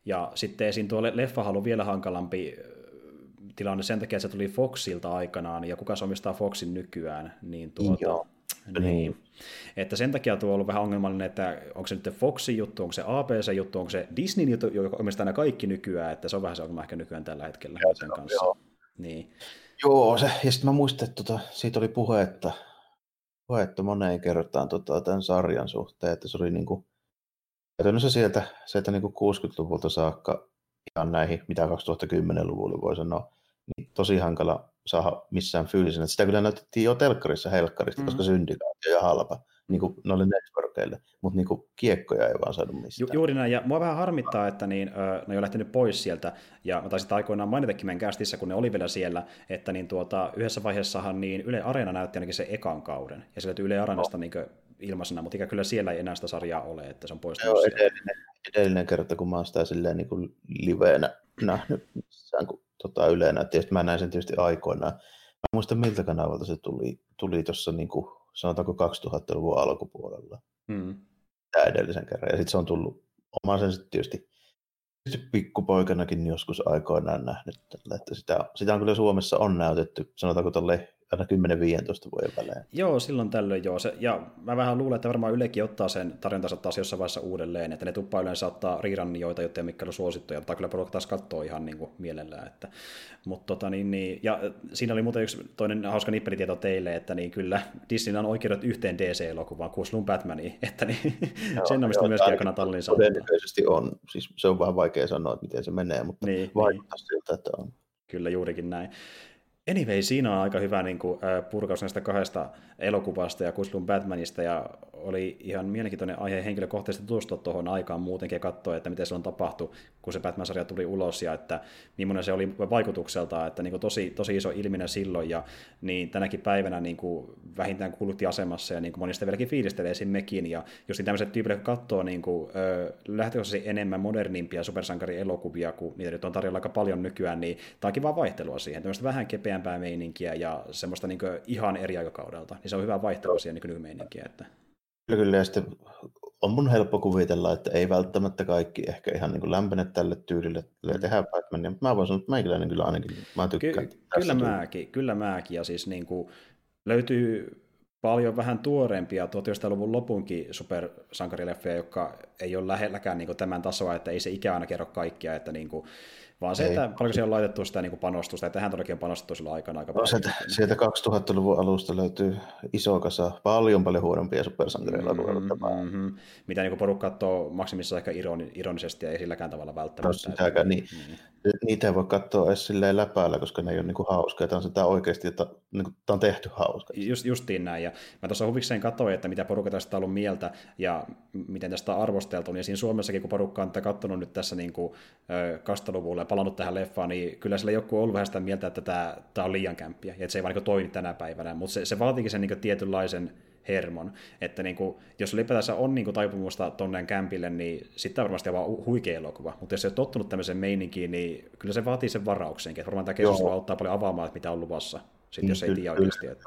Ja sitten esiin tuo leffa ollut vielä hankalampi tilanne sen takia, että se tuli Foxilta aikanaan, ja kuka se omistaa Foxin nykyään, niin tuota, Joo. niin. Niin. Että sen takia tuo on ollut vähän ongelmallinen, että onko se nyt Foxin juttu, onko se A B C-juttu, onko se Disneyn juttu, joka omistaa nämä kaikki nykyään, että se on vähän se ongelma ehkä nykyään tällä hetkellä Joo, sen kanssa. Joo, niin. joo se, ja sitten mä muistan, että tota, siitä oli puhetta, puhetta moneen kertaan tota, tämän sarjan suhteen, että se oli niinku, käytännössä sieltä, sieltä niinku kuusikymmentäluvulta saakka ihan näihin, mitä kaksituhattakymmenluvulla voi sanoa, niin tosi hankala saada missään fyylisenä. Sitä kyllä näytettiin jo telkkarissa helkkarista, mm-hmm. koska syndikaatio ja halpa, niin kuin noille networkeille, mutta niin kuin kiekkoja ei vaan saanut mistään. Ju- juuri näin, ja mua vähän harmittaa, että niin, ö, ne on lähtenyt pois sieltä, ja mä taisin aikoinaan mainitakin meidän kästissä, kun ne oli vielä siellä, että niin tuota, yhdessä vaiheessahan niin Yle Areena näytti ainakin se ekan kauden, ja se löytyi Yle Areenasta no. niin ilmaisena, mutta ikä kyllä siellä ei enää sitä sarjaa ole, että se on poistunut Joo, sieltä. edellinen, edellinen kerta, kun mä oon sitä silleen niin kuin liveenä nähnyt missään, kun tota Yle näytti, ja mä näin sen tietysti aikoinaan. Mä en muista, miltä kanavalta se tuli, tuli tuossa niin kuin, sanotaanko kaksituhattaluvun alkupuolella. Hmm. Tämä edellisen kerran. Ja sitten se on tullut oman sen sitten tietysti, tietysti pikkupoikanakin joskus aikoinaan nähnyt. Tällä, että sitä, sitä on kyllä Suomessa on näytetty, sanotaanko tolle aina kymmenen viisitoista vuoden välein. Joo, silloin tällöin joo. Se, ja mä vähän luulen, että varmaan Ylekin ottaa sen tarjontansa taas jossain vaiheessa uudelleen, että ne tuppaa yleensä ottaa riirannioita, jotta ei mikään ole suosittuja, mutta kyllä porukka taas katsoo ihan niin kuin mielellään. Että, mutta tota, niin, niin, ja siinä oli muuten yksi toinen hauska nippelitieto teille, että niin kyllä Disney on oikeudet yhteen D C-elokuvaan, Kuslun Batmaniin, että niin, joo, sen omista myöskin aikana tallin saattaa. Todennäköisesti on, siis se on vähän vaikea sanoa, että miten se menee, mutta niin, vaikuttaa niin. siltä, että on. Kyllä juurikin näin. Anyway, siinä on aika hyvä niin kuin, äh, purkaus näistä kahdesta elokuvasta ja Kuslun Batmanista, ja oli ihan mielenkiintoinen aihe henkilökohtaisesti tutustua tuohon aikaan muutenkin ja katsoa, että miten se on tapahtunut, kun se Batman-sarja tuli ulos, ja että millainen se oli vaikutukseltaan, että niin kuin, tosi, tosi iso ilminen silloin, ja niin tänäkin päivänä niin kuin, vähintään kuulutti asemassa, ja niin kuin monista vieläkin fiilistelee siinä mekin, ja jos niin tämmöiset tyypit, jotka katsoo niin kuin, äh, lähtökohtaisesti enemmän modernimpia supersankarielokuvia, kun niitä nyt on tarjolla aika paljon nykyään, niin tämä on kivaa vaihtelua siihen, tämmöistä vähän kepeämpää meininkiä ja semmoista niin kuin, ihan eri aikakaudelta, niin se on hyvä vaihtelua siihen niin nykymeininkiä. Että... Kyllä, kyllä, ja sitten on mun helppo kuvitella, että ei välttämättä kaikki ehkä ihan niin kuin lämpene tälle tyylille, että tehdään Batmania, mutta mä voin sanoa, että meikäläinen kyllä ainakin, mä tykkään. Ky- kyllä mäkin, kyllä mäkin, ja siis niin kuin, löytyy paljon vähän tuoreempia tuhatyhdeksänsataaluvun lopunkin supersankarileffejä, jotka ei ole lähelläkään niin kuin tämän tasoa, että ei se ikä aina kerro kaikkia, että niin kuin, vaan se, ei. Että paljonko siellä on laitettu sitä niin kuin panostusta, ja tähän todellakin on panostettu sillä aikana aika paljon. Sieltä, sieltä kaksituhattaluvun alusta löytyy iso kasa, paljon paljon huonompia supersankareilla. Mm-hmm, mm-hmm. Mitä niin porukka katsoo maksimissa ehkä ironi, ironisesti, ja ei silläkään tavalla välttämättä. No sitäkään, niin, mm-hmm. Niitä ei voi katsoa edes silleen läpäällä, koska ne ei ole niin kuin hauskoja. Tämä on sitä oikeasti, että niin kuin, tämä on tehty hauska. Just, justiin näin, ja mä tuossa huvikseen katsoin, että mitä porukka tästä on ollut mieltä, ja miten tästä on arvosteltu, niin siinä Suomessakin, kun porukka on tätä katsonut nyt tässä niin kuin kaksituhattaluvulla ja palannut tähän leffaan, niin kyllä sillä joku on ollut vähän sitä mieltä, että tämä, tämä on liian kämppiä, ja että se ei vaan niin toimi tänä päivänä, mutta se, se vaatiikin sen niin tietynlaisen hermon, että niin kuin, jos ylipäätänsä on niin kuin taipumusta tuonne kämpille, niin sitten on varmasti aivan huikea elokuva, mutta jos ei ole tottunut tämmöiseen meininkiin, niin kyllä se vaatii sen varauksenkin, että varmaan tämä keskustelu auttaa paljon avaamaan, että mitä on luvassa, sitten jos ei tiedä oikeasti. Että...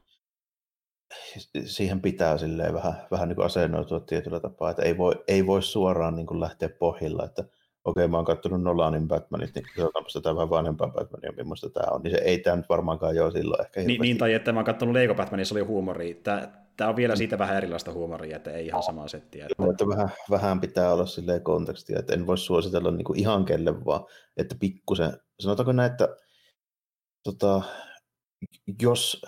Siihen pitää silleen vähän, vähän niin kuin asennoitua tietyllä tapaa, että ei voi, ei voi suoraan niin kuin lähteä pohjilla, että okei, mä oon katsonut Nolanin Batmanit, niin katsotaanpas tätä vähän vanhempaa Batmania, millaista tämä on. Niin se ei tämä nyt varmaankaan ole silloin ehkä niin, niin, tai että mä oon katsonut Lego Batmanissa, oli huumoria. Tämä, tämä on vielä siitä vähän erilaista huumoria, että ei ihan samaa settiä. Että... että vähän, vähän pitää olla silleen kontekstia, että en voi suositella niin kuin ihan kelle vaan, että pikkusen, sanotaanko näin, että tota, jos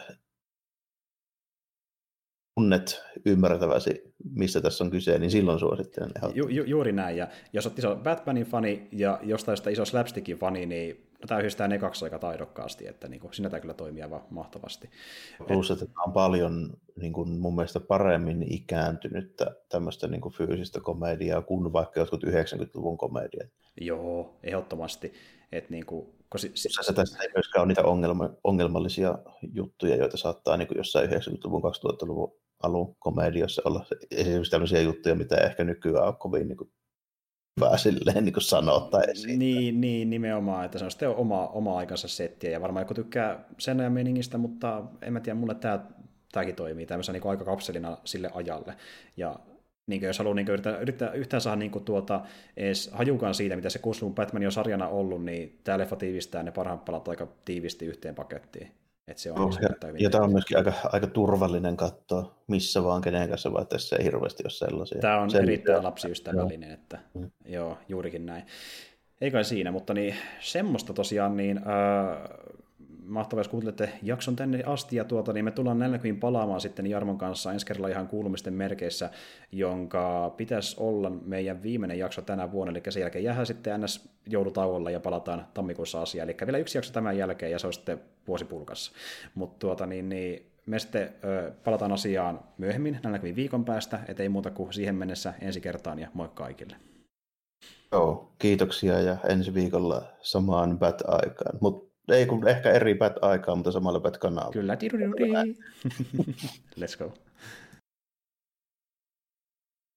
tunnet ymmärtäväsi, mistä tässä on kyse, niin silloin suosittelen. Ju, ju, juuri näin, ja jos olet iso Batmanin fani ja jostain sitä iso Slapstickin fani, niin no, tämä yhdistää ne kaksi aika taidokkaasti, että niin kuin, siinä tämä kyllä toimii aivan mahtavasti. Plus, että tämä on paljon niin kuin, mun mielestä paremmin ikääntynyttä tämmöistä niin kuin fyysistä komediaa kuin vaikka jotkut yhdeksänkymmentäluvun komediat. Joo, ehdottomasti. Että niin kuin, si- si- tässä ei myöskään ole niitä ongelma- ongelmallisia juttuja, joita saattaa niin kuin jossain yhdeksänkymmentäluvun, kaksituhattaluvun alun komediossa olla. Esimerkiksi tämmöisiä juttuja, mitä ehkä nykyään on kovin niin kuin, hyvä silleen niin kuin sanoa tai esittää. Niin, niin, nimenomaan, että se on sitten oma, oma aikansa settiä, ja varmaan joku tykkää sen ajan meningistä, mutta en mä tiedä, mulle tämä, tämäkin toimii tämmöisenä niin aikakapselina sille ajalle, ja Niin jos haluaa niin yrittää, yrittää yhtään saada niin tuota, edes hajukaan siitä, mitä se kuusikymmentäluvun Batman on sarjana ollut, niin tämä leffa tiivistää ne parhaat palat aika tiivisti yhteen pakettiin. Että se on oh, ja, ja tämä on myöskin aika, aika turvallinen katsoa missä vaan kenen kanssa, vaan tässä ei hirveästi ole sellaisia. Tämä on Sen, erittäin lapsiystävällinen, joo. Että mm. joo, juurikin näin. Ei kai siinä, mutta niin, semmoista tosiaan, niin äh, mahtavaa, jos kuuntelette jakson tänne asti, ja tuota, niin me tullaan näilläkin palaamaan sitten Jarmon kanssa ensi kerralla ihan kuulumisten merkeissä, jonka pitäisi olla meidän viimeinen jakso tänä vuonna, eli sen jälkeen jäädään sitten ns. Joulutauolla ja palataan tammikuussa asiaan, eli vielä yksi jakso tämän jälkeen, ja se on sitten vuosipulkassa. Mutta tuota, niin, niin, me sitten ö, palataan asiaan myöhemmin, näilläkin viikon päästä, ettei muuta kuin siihen mennessä ensi kertaan, ja moi kaikille. Joo, kiitoksia, ja ensi viikolla samaan Bat-aikaan. Mut ei kun ehkä eri Bat-aikaan, mutta samalla Bat-kanavalla. Kyllä, let's go.